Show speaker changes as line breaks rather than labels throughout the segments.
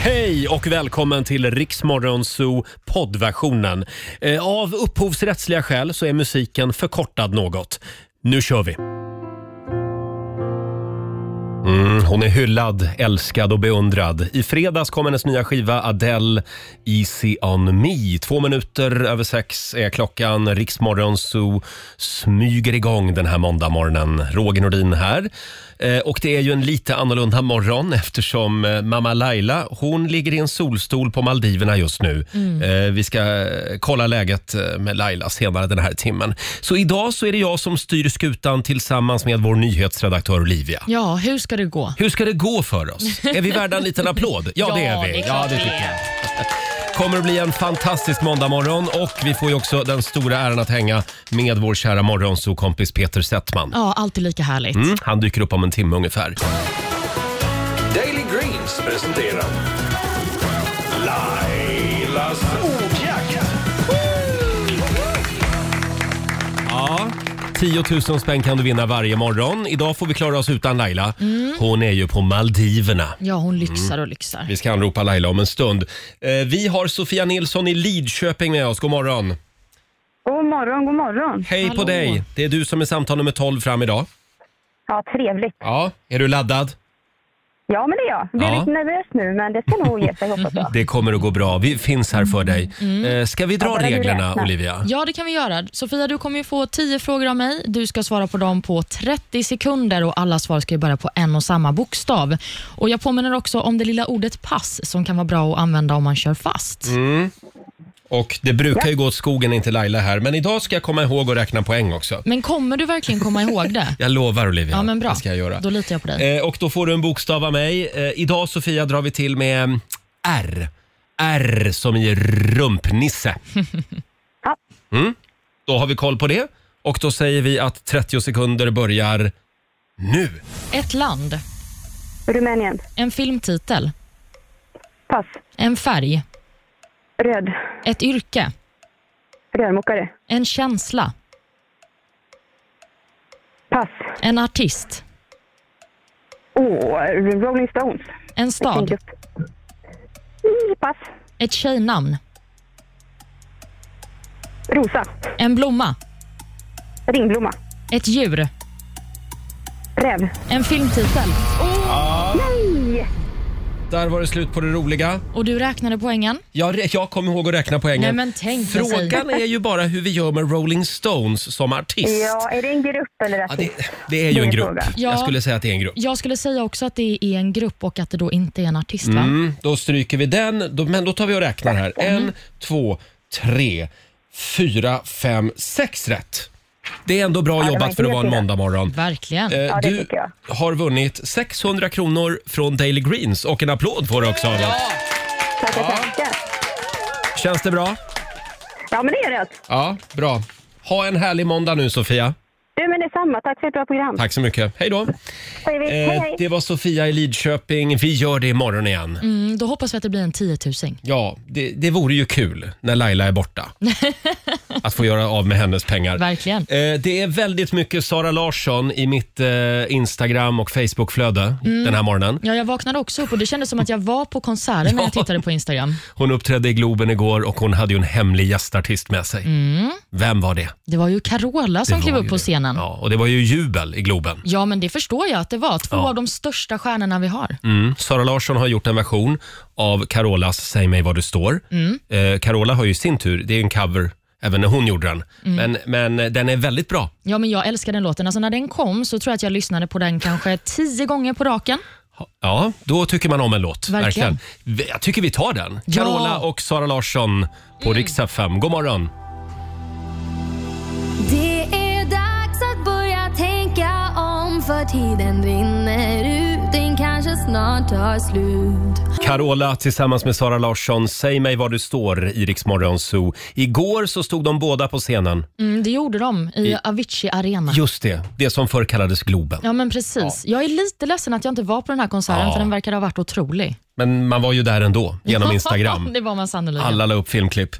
Hej och välkommen till Rix Morgon Zoo poddversionen. Av upphovsrättsliga skäl så är musiken förkortad något. Nu kör vi! Hon är hyllad, älskad och beundrad. I fredags kom hennes nya skiva Adele, Easy on me. 6:02 är klockan. Rix Morgon Zoo smyger igång den här måndagmorgonen. Roger Nordin här. Och det är ju en lite annorlunda morgon eftersom mamma Laila, hon ligger i en solstol på Maldiverna just nu. Vi ska kolla läget med Laila senare den här timmen. Så idag så är det jag som styr skutan tillsammans med vår nyhetsredaktör Olivia.
Ja, hur ska det gå?
Hur ska det gå för oss? Är vi värda en liten applåd? Ja, det är vi. Ja, det tycker jag. Kommer att bli en fantastisk måndagmorgon och vi får ju också den stora äran att hänga med vår kära morgonsokompis Peter Settman.
Ja, alltid lika härligt.
Han dyker upp om en timme ungefär.
Daily Greens presenterar Lailas ordjakt.
Ja, 10 000 spänn kan du vinna varje morgon. Idag får vi klara oss utan Laila. Hon är ju på Maldiverna.
Ja, hon lyxar och lyxar.
Vi ska anropa Laila om en stund. Vi har Sofia Nilsson i Lidköping med oss. God morgon.
God morgon, god morgon.
Hej
Hallå.
på dig. Det är du som är samtal nummer 12 fram idag.
Ja, trevligt.
Ja, är du laddad?
Ja, men det är jag. Jag är lite nervös nu, men det ska nog ge sig, hoppas jag.
Det kommer att gå bra. Vi finns här för dig. Ska vi dra
Ja, bara du
reglerna,
räknar.
Olivia?
Ja, det kan vi göra. Sofia, du kommer ju få 10 frågor av mig. Du ska svara på dem på 30 sekunder och alla svar ska ju börja på en och samma bokstav. Och jag påminner också om det lilla ordet pass som kan vara bra att använda om man kör fast.
Och det brukar ju gå åt skogen, inte Laila här. Men idag ska jag komma ihåg att räkna poäng också.
Men kommer du verkligen komma ihåg det?
Jag lovar, Olivia.
Ja, men bra.
Det ska jag göra.
Då litar jag på dig.
Och då får du en bokstav av mig. Idag, Sofia, drar vi till med R. R som i rumpnisse.
Ja.
Då har vi koll på det. Och då säger vi att 30 sekunder börjar nu.
Ett land.
Rumänien.
En filmtitel.
Pass.
En färg.
Röd.
Ett yrke.
Rörmokare.
En känsla.
Pass.
En artist.
Rolling Stones.
En
En
stad.
grupp. Pass.
Ett tjejnamn.
Rosa.
En blomma.
Ringblomma.
Ett djur.
Räv.
En filmtitel.
Nej!
Där var det slut på det roliga.
Och du räknade poängen?
Jag kommer ihåg att räkna poängen.
Nej, men tänk sig.
Frågan är ju bara hur vi gör med Rolling Stones som artist.
Ja, är det en grupp eller
Ja,
artist?
det är ju en grupp.
frågan.
Ja.
Jag skulle säga att det är en grupp.
Jag skulle säga också att det är en grupp och att det då inte är en artist, va?
Då stryker vi den. Men då tar vi och räknar här. 1, 2, 3, 4, 5, 6 rätt. Det är ändå bra
det var
jobbat för att vara en
helt rätt.
måndagmorgon.
Verkligen.
det
Du
tycker jag.
har vunnit 600 kronor från Daily Greens och en applåd får du också av oss.
Tackar.
Känns det bra?
Ja, men det är rätt.
Ja, bra. Ha en härlig måndag nu, Sofia.
Du, men detsamma. Tack för ett bra program.
Tack så mycket. Hej då.
Hej, hej.
Det var Sofia i Lidköping. Vi gör det imorgon igen.
Då hoppas vi att det blir en 10 000.
Ja, det vore ju kul när Laila är borta. Att få göra av med hennes pengar.
Verkligen.
Det är väldigt mycket Sara Larsson i mitt Instagram och Facebookflöde den här morgonen.
Ja, jag vaknade också upp och det kändes som att jag var på konserten när jag tittade på Instagram.
Hon uppträdde i Globen igår och hon hade ju en hemlig gästartist med sig. Vem var det?
Det var ju Carola som
Det
klev
var
upp
ju
på
det.
scenen.
Ja, och det var ju jubel i Globen.
Ja, men det förstår jag att det var. 2 av de största stjärnorna vi har.
Sara Larsson har gjort en version av Carolas Säg mig vad du står. Carola har ju i sin tur, det är en cover även när hon gjorde den. Men den är väldigt bra.
Ja, men jag älskar den låten. Alltså när den kom så tror jag att jag lyssnade på den kanske 10 gånger på raken.
Ja, då tycker man om en låt.
Verkligen.
Jag tycker vi tar den.
Ja.
Carola och Sara Larsson på Rix FM. God morgon.
Det är dags att börja tänka om, för tiden rinner ut, den kanske snart tar slut.
Carola tillsammans med Sara Larsson, Säg mig var du står i Rix Morgon Zoo. Igår så stod de båda på scenen.
Det gjorde de i Avicii Arena.
Just det som förr kallades Globen.
Ja, men precis. Jag är lite ledsen att jag inte var på den här konserten för den verkar ha varit otrolig.
Men man var ju där ändå, genom Instagram.
Det var man sannolikt.
Alla la upp filmklipp.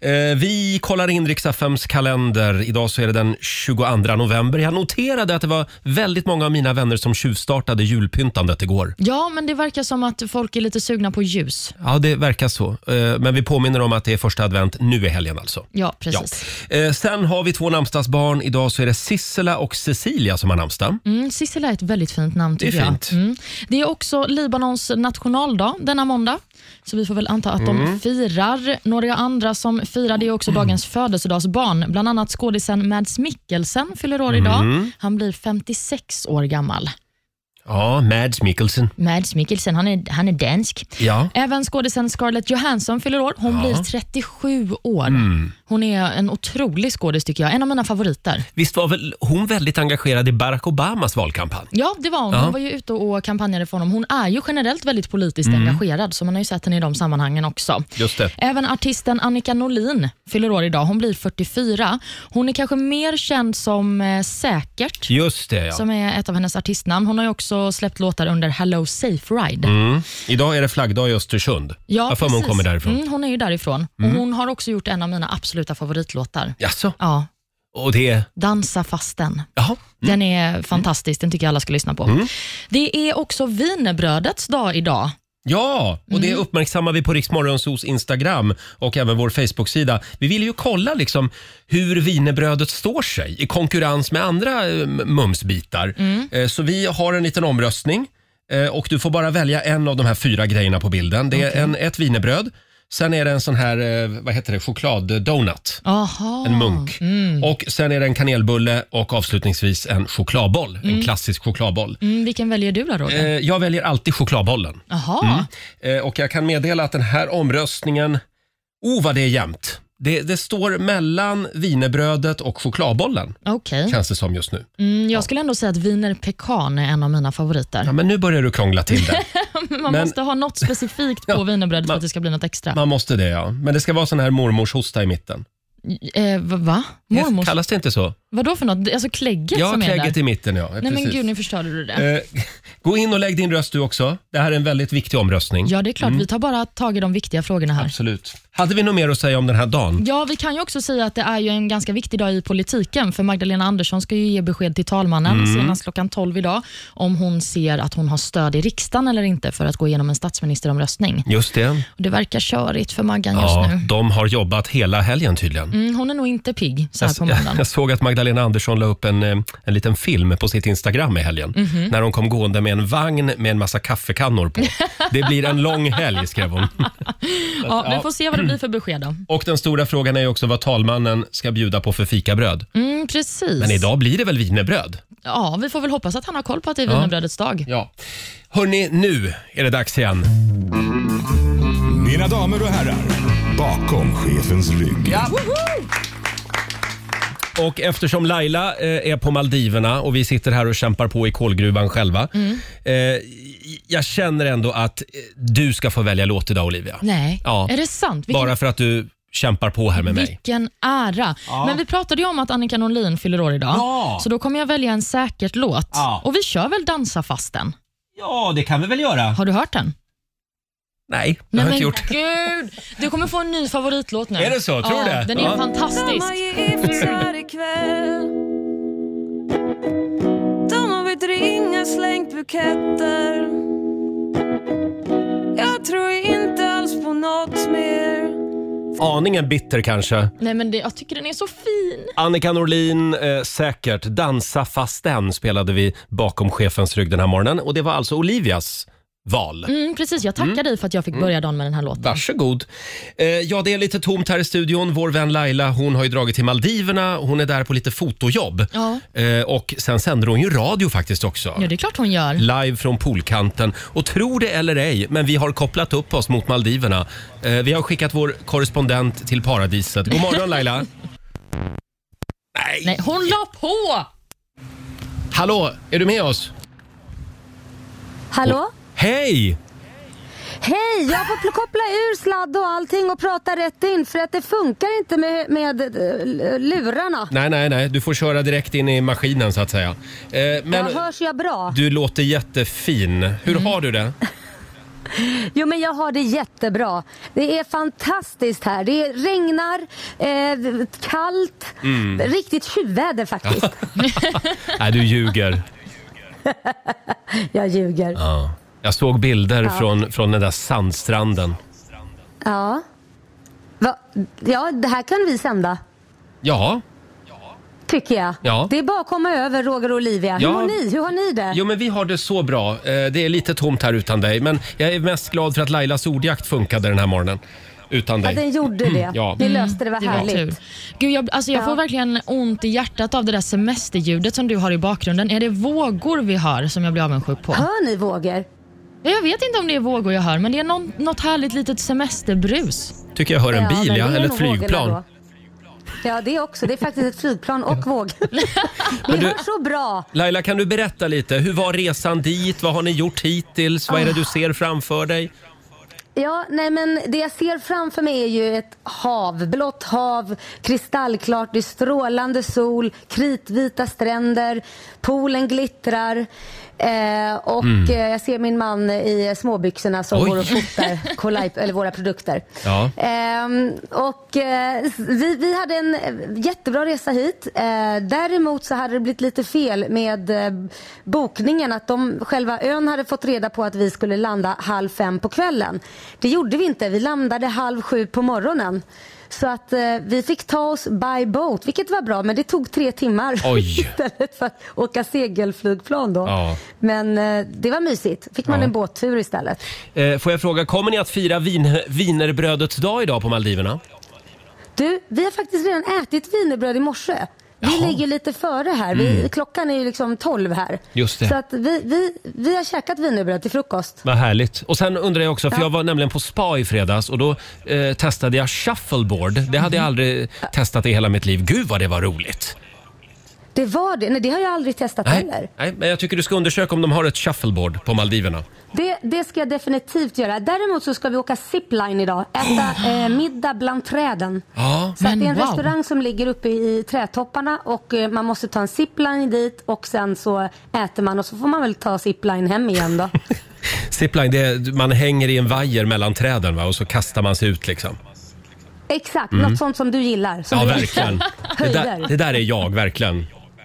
Vi kollar in Rix FMs kalender. Idag så är det den 22 november. Jag noterade att det var väldigt många av mina vänner som tjuvstartade julpyntandet igår.
Ja, men det verkar som att folk är lite sugna på ljus.
Ja, det verkar så. Men vi påminner om att det är första advent nu i helgen alltså.
Ja, precis.
Ja. Sen har vi 2 namnsdagsbarn. Idag så är det Sissela och Cecilia som har namnsdag.
Sissela är ett väldigt fint namn tycker jag.
Det är fint.
Det är också Libanons nationaldag denna måndag. Så vi får väl anta att de firar. Några andra som firar det är också dagens födelsedagsbarn. Bland annat skådisen Mads Mikkelsen fyller år idag. Han blir 56 år gammal.
Ja, Mads Mikkelsen.
Mads Mikkelsen, han är dansk.
Ja.
Även skådisen Scarlett Johansson fyller år. Hon blir 37 år. Hon är en otrolig skådis tycker jag. En av mina favoriter.
Visst var väl hon väldigt engagerad i Barack Obamas valkampanj?
Ja, det var hon. Hon var ju ute och kampanjade för honom. Hon är ju generellt väldigt politiskt engagerad, så man har ju sett henne i de sammanhangen också.
Just det.
Även artisten Annika Norlin fyller år idag. Hon blir 44. Hon är kanske mer känd som Säkert.
Just det, ja.
Som är ett av hennes artistnamn. Hon har ju också släppt låtar under Hello Safe Ride.
Idag är det flaggdag i Östersund.
Ja,
varför hon kommer därifrån?
Hon är ju därifrån. Och hon har också gjort en av mina absoluta favoritlåtar.
Jaså?
Ja.
Och det är...
Dansa fasten.
Jaha.
Den är fantastisk, den tycker jag alla ska lyssna på. Det är också wienerbrödets dag idag.
Ja, och det uppmärksammar vi på Rix Morgonzos Instagram och även vår Facebook-sida. Vi vill ju kolla liksom hur wienerbrödet står sig i konkurrens med andra mumsbitar. Så vi har en liten omröstning och du får bara välja en av de här 4 grejerna på bilden. Det är ett wienerbröd. Sen är det en sån här, vad heter det, chokladdonut.
Aha.
En munk. Och sen är det en kanelbulle och avslutningsvis en chokladboll. En klassisk chokladboll.
Vilken väljer du då, Roger?
Jag väljer alltid chokladbollen.
Aha.
Och jag kan meddela att den här omröstningen, vad det är jämnt. Det står mellan wienerbrödet och chokladbollen.
Okej.
Känns det som just nu.
Jag skulle ändå säga att wienerpekan är en av mina favoriter.
Ja, men nu börjar du krångla till det.
Man måste ha något specifikt på wienerbrödet för att det ska bli något extra.
Man måste det, ja. Men det ska vara sån här mormors hosta i mitten.
Va? Mormors?
Kallas det inte så?
Vadå för något? Alltså klägget
ja,
som är där? Ja,
klägget i mitten, ja.
Nej
precis.
men gud, nu förstörde du det.
Gå in och lägg din röst du också. Det här är en väldigt viktig omröstning.
Ja, det är klart. Vi tar bara tag i de viktiga frågorna här.
Absolut. Hade vi något mer att säga om den här dagen?
Ja, vi kan ju också säga att det är ju en ganska viktig dag i politiken. För Magdalena Andersson ska ju ge besked till talmannen senast klockan 12 idag. Om hon ser att hon har stöd i riksdagen eller inte för att gå igenom en statsministeromröstning.
Just det.
Och det verkar körigt för Maggan just nu.
De har jobbat hela helgen tydligen.
Hon är nog inte pigg så här på måndagen.
Jag såg att Magdalena Andersson la upp en liten film på sitt Instagram i helgen. När hon kom gående med en vagn med en massa kaffekannor på. Det blir en lång helg, skrev hon.
Ja, vi får se vad det blir för besked då.
Och den stora frågan är ju också vad talmannen ska bjuda på för fikabröd.
Precis.
Men idag blir det väl wienerbröd?
Ja, vi får väl hoppas att han har koll på att det är wienerbrödets dag.
Ja. Hörrni, nu är det dags igen.
Mina damer och herrar, bakom chefens rygg.
Ja. Och eftersom Laila är på Maldiverna och vi sitter här och kämpar på i kolgruvan själva. Jag känner ändå att du ska få välja låt idag, Olivia.
Nej,
ja.
Är det sant?
Bara för att du kämpar på här med mig.
Vilken ära. Ja. Men vi pratade ju om att Annika Norlin fyller år idag. Ja. Så då kommer jag välja en säkert låt. Ja. Och vi kör väl Dansa fasten?
Ja, det kan vi väl göra.
Har du hört den?
Nej, det har jag inte gjort.
Gud, du kommer få en ny favoritlåt nu.
Är det så? Tror du det?
Den är fantastisk.
De har blivit ringa, slängt buketter. Jag tror inte alls på något mer.
Aningen bitter kanske.
Nej, men jag tycker den är så fin.
Annika Norlin, säkert. Dansa fasten spelade vi bakom chefens rygg den här morgonen. Och det var alltså Olivias val.
Precis, jag tackar dig för att jag fick börja dagen med den här låten.
Varsågod. Ja, det är lite tomt här i studion. Vår vän Laila, hon har ju dragit till Maldiverna. Hon är där på lite fotojobb. Ja. Och sen sänder hon ju radio faktiskt också.
Ja, det är klart hon gör.
Live från poolkanten. Och tro det eller ej, men vi har kopplat upp oss mot Maldiverna. Vi har skickat vår korrespondent till paradiset. God morgon Laila.
Nej, hon la på!
Hallå, är du med oss?
Hallå?
Hej!
Hej, jag får koppla ur sladd och allting och prata rätt in för att det funkar inte med lurarna.
Nej, du får köra direkt in i maskinen så att säga. Men
hörs jag bra?
Du låter jättefin. Hur har du det?
Jo, men jag har det jättebra. Det är fantastiskt här. Det regnar, kallt, riktigt tjuvväder faktiskt.
Nej, du ljuger.
Jag ljuger.
Ja. Jag såg bilder från den där sandstranden.
Ja. Ja, det här kan vi sända.
Ja.
Tycker jag.
Ja.
Det är bara att komma över, Roger och Olivia. Hur har ni det?
Jo, men vi har det så bra. Det är lite tomt här utan dig. Men jag är mest glad för att Lailas ordjakt funkade den här morgonen. Utan dig.
Ja, den gjorde det.
Ja.
Ni löste det, var härligt.
Gud, jag får verkligen ont i hjärtat av det där semesterljudet som du har i bakgrunden. Är det vågor vi hör som jag blir avundsjuk på?
Hör ni vågor?
Jag vet inte om det är vågor jag hör, men det är något härligt litet semesterbrus.
Tycker jag hör en bil, eller ett flygplan.
Ja, det är också. Det är faktiskt ett flygplan och våg. Ni hör så bra.
Laila, kan du berätta lite? Hur var resan dit? Vad har ni gjort hittills? Vad är det du ser framför dig?
Ja, nej, men det jag ser framför mig är ju ett hav, blått hav, kristallklart, det är strålande sol, kritvita stränder, poolen glittrar. Jag ser min man i småbyxorna som går och fotar eller våra produkter.
Ja.
Vi hade en jättebra resa hit. Däremot så hade det blivit lite fel med bokningen. Att själva ön hade fått reda på att vi skulle landa 4:30 på kvällen. Det gjorde vi inte. Vi landade 6:30 på morgonen. Så att vi fick ta oss by boat, vilket var bra, men det tog 3 timmar istället för att åka segelflygplan då. Ja. Men det var mysigt. Fick man en båttur istället.
Får jag fråga, kommer ni att fira wienerbrödets dag idag på Maldiverna?
Du, vi har faktiskt redan ätit wienerbröd i morse. Vi ligger lite före här. Klockan är ju liksom 12 här.
Just det.
Så att vi har käkat wienerbröd till frukost.
Vad härligt. Och sen undrar jag också, för jag var nämligen på spa i fredags och då testade jag shuffleboard. Det hade jag aldrig testat i hela mitt liv. Gud vad det var roligt.
Det var det? Nej, det har jag aldrig testat heller.
Nej, men jag tycker du ska undersöka om de har ett shuffleboard på Maldiverna.
Det ska jag definitivt göra. Däremot så ska vi åka zipline idag. Äta middag bland träden.
Ja.
Så det är en restaurang som ligger uppe i trädtopparna och man måste ta en zipline dit och sen så äter man och så får man väl ta zipline hem igen då.
Zipline, man hänger i en vajer mellan träden, va? Och så kastar man sig ut liksom.
Exakt, något sånt som du gillar. Som
verkligen. Det där är jag, verkligen.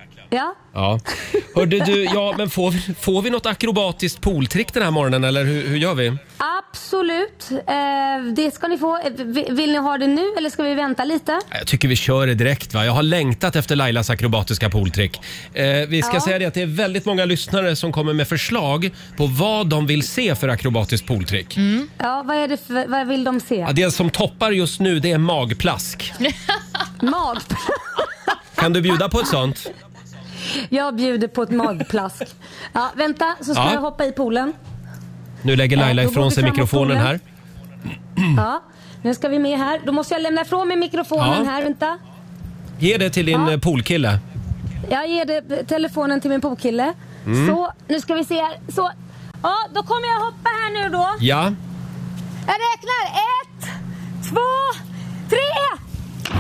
Ja.
Hörde du, men får vi något akrobatiskt pooltrick den här morgonen eller hur gör vi?
Absolut. Det ska ni få. Vill ni ha det nu eller ska vi vänta lite?
Jag tycker vi kör det direkt, va? Jag har längtat efter Lailas akrobatiska pooltrick. Vi ska säga det att det är väldigt många lyssnare som kommer med förslag på vad de vill se för akrobatiskt pooltrick.
Ja, vad vill de se?
Ja, det som toppar just nu, det är magplask.
Magplask?
Kan du bjuda på ett sånt?
Jag bjuder på ett magplask. Ja, vänta, så ska jag hoppa i poolen.
Nu lägger Laila ifrån sig mikrofonen här.
Ja, nu ska vi med här. Då måste jag lämna ifrån mig mikrofonen här, vänta.
Ge det till din poolkille.
Jag ger telefonen till min poolkille. Så, nu ska vi se här. Så, ja, då kommer jag hoppa här nu då.
Ja.
Jag räknar. 1, 2, 3.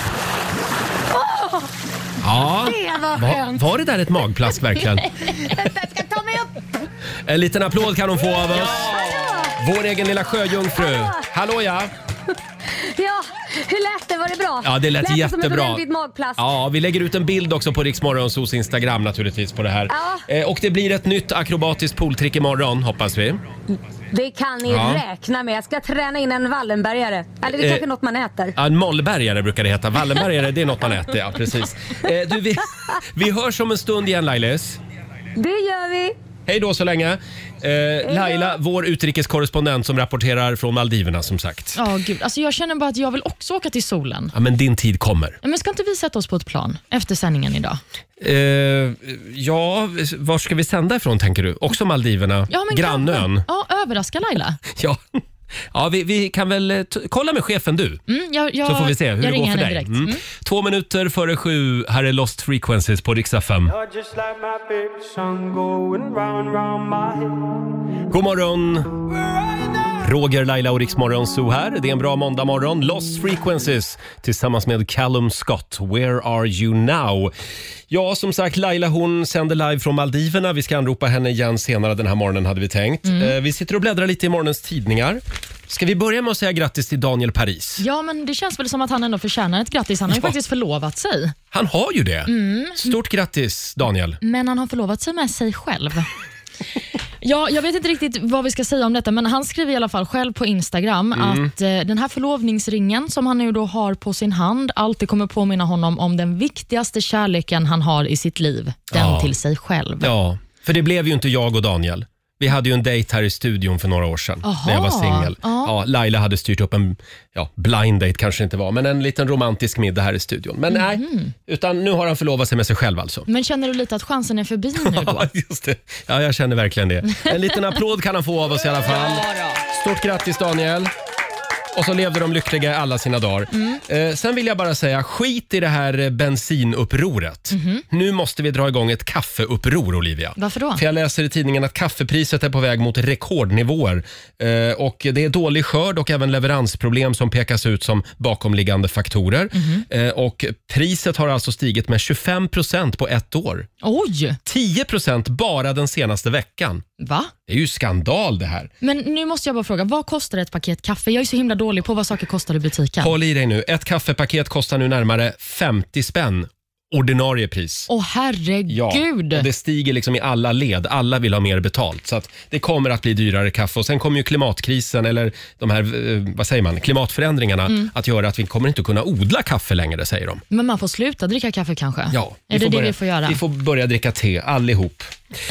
Ja,
det var skönt.
Var det där ett magplask verkligen?
Jag ska ta mig upp.
En liten applåd kan hon få av oss. Vår egen lilla sjöjungfru. Hallå ja.
Ja, hur lät det? Var det bra?
Ja, det lät jättebra.
Som ett magplask.
Ja, vi lägger ut en bild också på Riksmorgonsos Instagram naturligtvis på det här.
Ja.
Och det blir ett nytt akrobatiskt pooltrick imorgon, hoppas vi.
Det kan ni räkna med. Jag ska träna in en Wallenbergare. Eller det är kanske något man äter.
En mollbergare brukar det heta. Wallenbergare, det är något man äter, ja precis. Vi hörs om en stund igen, Lailis.
Det gör vi.
Hej då så länge. Laila, vår utrikeskorrespondent som rapporterar från Maldiverna som sagt.
Ja, gud. Alltså jag känner bara att jag vill också åka till solen.
Ja, men din tid kommer.
Men ska inte vi sätta oss på ett plan efter sändningen idag?
Ja, var ska vi sända ifrån tänker du? Också Maldiverna, grannön.
Ja, överraska Laila.
Ja, vi kan väl kolla med chefen du. Så får vi se hur det går för dig. 2 minuter före 7, här är Lost Frequencies på Rix FM. God morgon. Roger, Laila och Riksmorgon Zoo här. Det är en bra måndagmorgon. Lost Frequencies tillsammans med Callum Scott. Where are you now? Ja, som sagt, Laila hon sänder live från Maldiverna. Vi ska anropa henne igen senare den här morgonen hade vi tänkt. Vi sitter och bläddrar lite i morgonens tidningar. Ska vi börja med att säga grattis till Daniel Paris?
Ja, men det känns väl som att han ändå förtjänar ett grattis. Han har ju faktiskt förlovat sig.
Han har ju det. Stort grattis, Daniel.
Men han har förlovat sig med sig själv. Ja, jag vet inte riktigt vad vi ska säga om detta, men han skriver i alla fall själv på Instagram att den här förlovningsringen som han nu då har på sin hand alltid kommer påminna honom om den viktigaste kärleken han har i sitt liv. Den till sig själv.
Ja, för det blev ju inte jag och Daniel. Vi hade ju en dejt här i studion för några år sedan. När jag var singel. Ja, Laila hade styrt upp en blind date kanske inte var, men en liten romantisk middag här i studion. Men nej, utan nu har han förlovat sig med sig själv alltså.
Men känner du lite att chansen är förbi nu då?
Ja, just det. Ja, jag känner verkligen det. En liten applåd kan han få av oss i alla fall. Stort grattis, Daniel. Och så levde de lyckliga alla sina dagar. Sen vill jag bara säga, skit i det här bensinupproret. Nu måste vi dra igång ett kaffeuppror, Olivia.
Varför då?
För jag läser i tidningen att kaffepriset är på väg mot rekordnivåer. Och det är dålig skörd och även leveransproblem som pekas ut som bakomliggande faktorer. Och priset har alltså stigit med 25% på ett år.
Oj!
10% bara den senaste veckan.
Va?
Det är ju skandal det här.
Men nu måste jag bara fråga, vad kostar ett paket kaffe? Jag är så himla dålig på vad saker kostar i butiken.
Håll i dig nu. Ett kaffepaket kostar nu närmare 50 spänn. Ordinarie pris.
Åh herregud.
Ja, och det stiger liksom i alla led. Alla vill ha mer betalt. Så att det kommer att bli dyrare kaffe. Och sen kommer ju klimatkrisen eller de här, vad säger man, klimatförändringarna att göra att vi kommer inte kunna odla kaffe längre, säger de.
Men man får sluta dricka kaffe kanske?
Ja.
Är det vi får göra?
Vi får börja dricka te, allihop.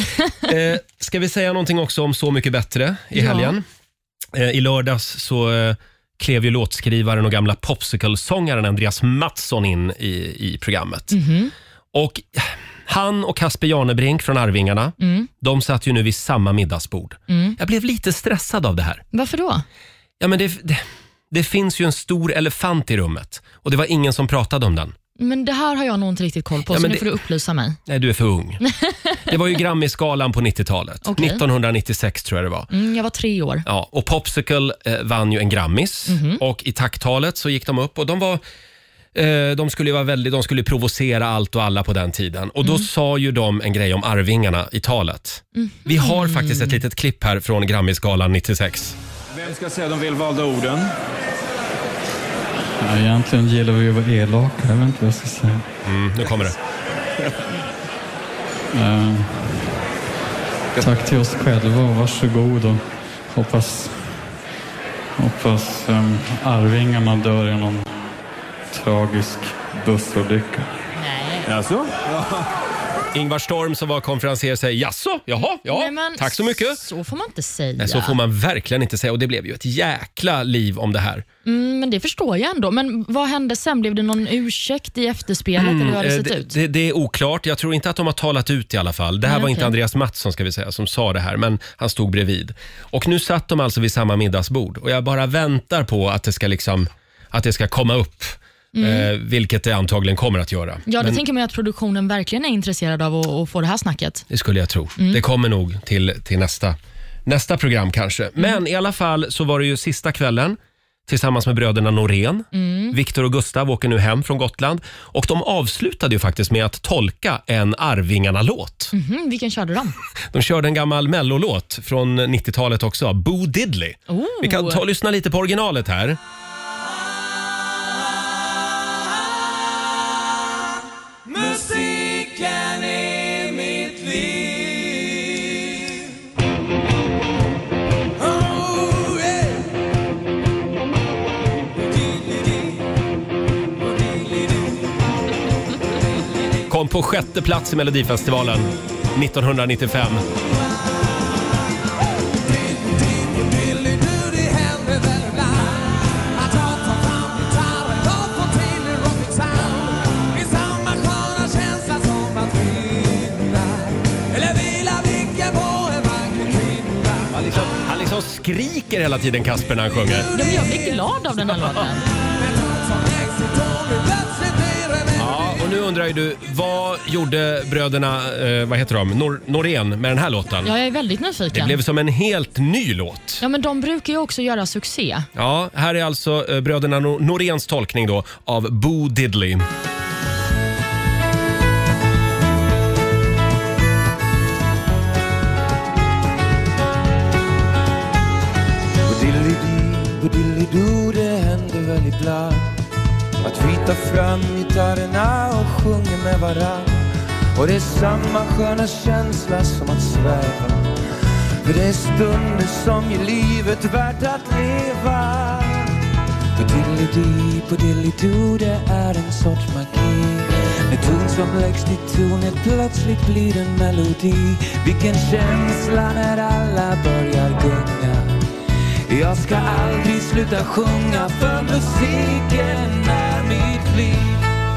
Ska vi säga någonting också om Så mycket bättre i helgen? I lördags så klev ju låtskrivaren och gamla Popsicle-sångaren Andreas Mattsson in i programmet. Och han och Kasper Janebrink från Arvingarna, de satt ju nu vid samma middagsbord. Jag blev lite stressad av det här.
Varför då?
Ja, men det finns ju en stor elefant i rummet och det var ingen som pratade om den.
Men det här har jag nog inte riktigt koll på, så nu får du upplysa mig.
Nej, du är för ung. Det var ju Grammy-skalan på 90-talet. Okay. 1996 tror jag det var.
Jag var 3 år.
Ja, och Popsicle vann ju en Grammis. Och i tacktalet så gick de upp och de skulle provocera allt och alla på den tiden. Och då sa ju de en grej om Arvingarna i talet. Vi har faktiskt ett litet klipp här från Grammy-skalan 96.
Vem ska säga de välvalda orden?
Ja, egentligen gillar vi att vara elaka. Jag vet inte vad jag ska säga.
Nu kommer det.
Tack till oss själva och varsågod och hoppas Arvingarna dör i någon tragisk bussolycka.
Nej.
Alltså? Ingvar Storm som var konferenser säger jaså, jaha, ja, nej, tack så mycket.
Så får man inte säga.
Nej, så får man verkligen inte säga och det blev ju ett jäkla liv om det här.
Men det förstår jag ändå. Men vad hände sen? Blev det någon ursäkt i efterspelet eller hur har det sett ut?
Det är oklart. Jag tror inte att de har talat ut i alla fall. Det här var inte Andreas Mattsson ska vi säga som sa det här, men han stod bredvid. Och nu satt de alltså vid samma middagsbord och jag bara väntar på att det ska komma upp. Vilket det antagligen kommer att göra.
Ja, det tänker man att produktionen verkligen är intresserad av att få det här snacket.
Det skulle jag tro. Det kommer nog till nästa program kanske. Men i alla fall så var det ju sista kvällen tillsammans med bröderna Norén. Viktor och Gustav åker nu hem från Gotland. Och de avslutade ju faktiskt med att tolka en Arvingarna-låt.
Vilken körde de?
De körde en gammal mellolåt från 90-talet också. Bo Diddley. Vi kan ta och lyssna lite på originalet här.
Musiken är mitt liv. Oh, yeah.
Kom på 6:e plats i Melodifestivalen 1995. Han skriker hela tiden, Kasper, när han sjunger.
Ja, men jag blir glad av den här låten.
Ja, och nu undrar ju du, vad gjorde bröderna, vad heter de, Norén med den här låten?
Ja, jag är väldigt nyfiken.
Det blev som en helt ny låt.
Ja, men de brukar ju också göra succé.
Ja, här är alltså bröderna Noréns tolkning då av Bo Diddley.
Bodilly-do, det händer väl ibland att vi tar fram gitarrerna och sjunger med varann. Och det är samma sköna känsla som att sväva, för det är stunder som ger livet värt att leva. Bodilly-do, det är en sorts magi. När ton som läggs till tonet plötsligt blir en melodi. Vilken känsla när alla börjar gunga. Jag ska aldrig sluta sjunga, för musiken är mitt liv.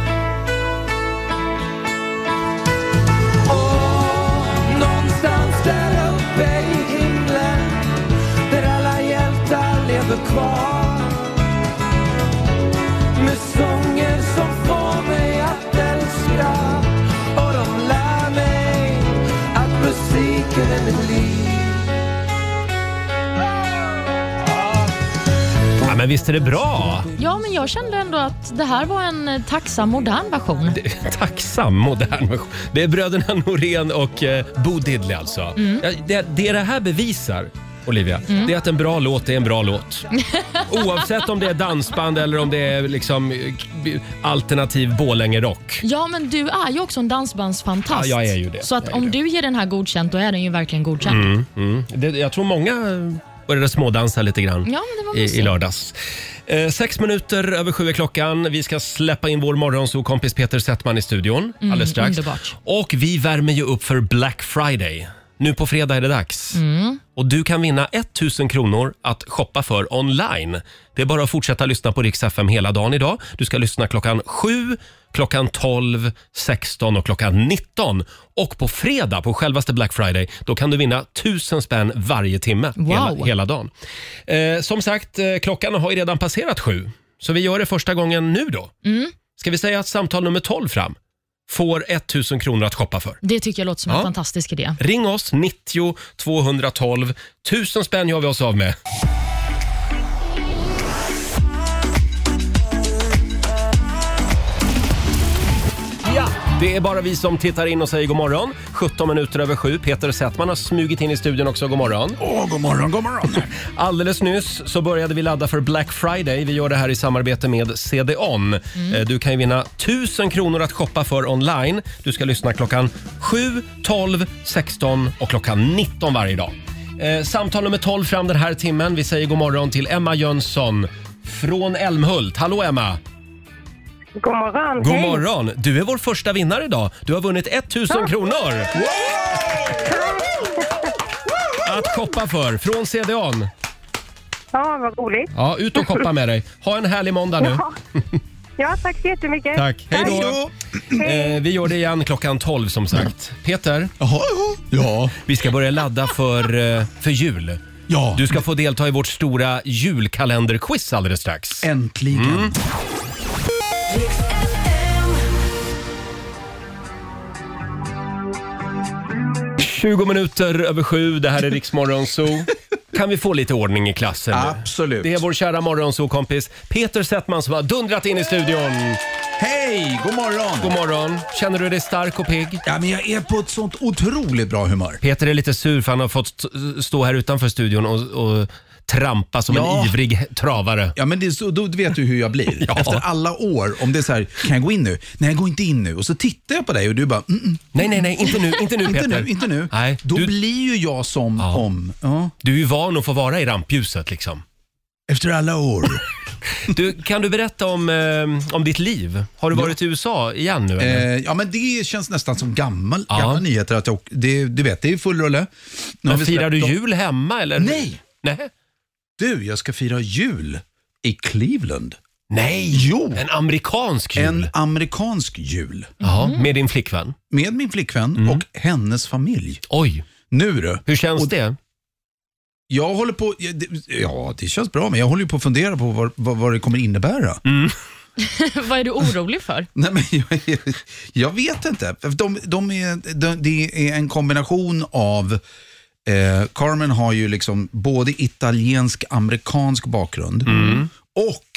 Och någonstans där uppe i himlen, där alla hjältar lever kvar, med sånger som får mig att älska. Och de lär mig att musiken är mitt liv.
Men visst är det bra?
Ja, men jag kände ändå att det här var en tacksam modern version.
Tacksam modern version. Det är bröderna Norén och Bo Diddley alltså. Det här bevisar, Olivia, det är att en bra låt är en bra låt. Oavsett om det är dansband eller om det är liksom alternativ Borlänge-rock.
Ja, men du är ju också en dansbandsfantast.
Ja, jag är ju det.
Så att om du ger den här godkänt, då är den ju verkligen godkänt.
Jag tror många började smådansa lite grann i lördags. 6 minuter över 7 är klockan. Vi ska släppa in vår morgonsåkompis Peter Settman i studion alldeles strax.
Underbart.
Och vi värmer ju upp för Black Friday. Nu på fredag är det dags. Och du kan vinna 1000 kronor att shoppa för online. Det är bara att fortsätta lyssna på Rix FM hela dagen idag. Du ska lyssna klockan 7, klockan 12, 16 och klockan 19. Och på fredag, på självaste Black Friday, då kan du vinna 1000 spänn varje timme hela dagen. Som sagt, klockan har ju redan passerat 7. Så vi gör det första gången nu då. Ska vi säga att samtal nummer 12 fram får 1000 kronor att shoppa för?
Det tycker jag låter som en fantastisk idé.
Ring oss, 90 212. 1000 spänn gör vi oss av med. Ja, det är bara vi som tittar in och säger god morgon. 17 minuter över 7. Peter Settman har smugit in i studion också. God morgon.
God morgon, god morgon.
Alldeles nyss så började vi ladda för Black Friday. Vi gör det här i samarbete med CD-ON. Du kan ju vinna 1000 kronor att shoppa för online. Du ska lyssna klockan 7, 12, 16 och klockan 19 varje dag. Samtal nummer 12 fram den här timmen. Vi säger god morgon till Emma Jönsson från Älmhult. Hallå Emma!
God morgon.
God morgon. Du är vår första vinnare idag. Du har vunnit 1000 kronor. Att shoppa för från CD-ON.
Ja, vad roligt.
Ja, ut och shoppa med dig. Ha en härlig måndag nu.
Ja, tack så jättemycket.
Tack. Hej då. Vi gör det igen klockan 12 som sagt. Peter.
Ja.
Vi ska börja ladda för jul.
Ja.
Du ska få delta i vårt stora julkalenderquiz alldeles strax.
Äntligen.
20 minuter över 7, det här är Rix Morgonzoo. Kan vi få lite ordning i klassen nu?
Absolut.
Det är vår kära morgonzoo-kompis Peter Settman som har dundrat in i studion.
Hej, god morgon.
God morgon. Känner du dig stark och pigg?
Ja, men jag är på ett sånt otroligt bra humör.
Peter är lite sur för han har fått stå här utanför studion och trampa som en ivrig travare.
Ja, men det är så, då vet du hur jag blir.
Ja.
Efter alla år, om det är så här, kan jag gå in nu? Nej, jag går inte in nu. Och så tittar jag på dig och du bara,
Nej, inte nu Peter.
Inte nu.
Nej,
då blir ju jag som om... Ja.
Du är ju van att få vara i rampljuset liksom.
Efter alla år.
Kan du berätta om ditt liv? Har du varit i USA igen nu? Eller?
Ja, men det känns nästan som gamla nyheter. Att du vet, det är full rulle.
Men firar du jul hemma? Eller?
Nej.
Nej.
Du, jag ska fira jul i Cleveland.
Nej,
jo.
En amerikansk jul.
En amerikansk jul.
Ja, med din flickvän?
Med min flickvän och hennes familj.
Oj.
Nu då.
Hur känns det?
Jag håller på, det känns bra, men jag håller på att fundera på vad det kommer innebära.
Vad är du orolig för?
Nej, men jag vet inte. Det är en kombination av... Carmen har ju liksom både italiensk-amerikansk bakgrund och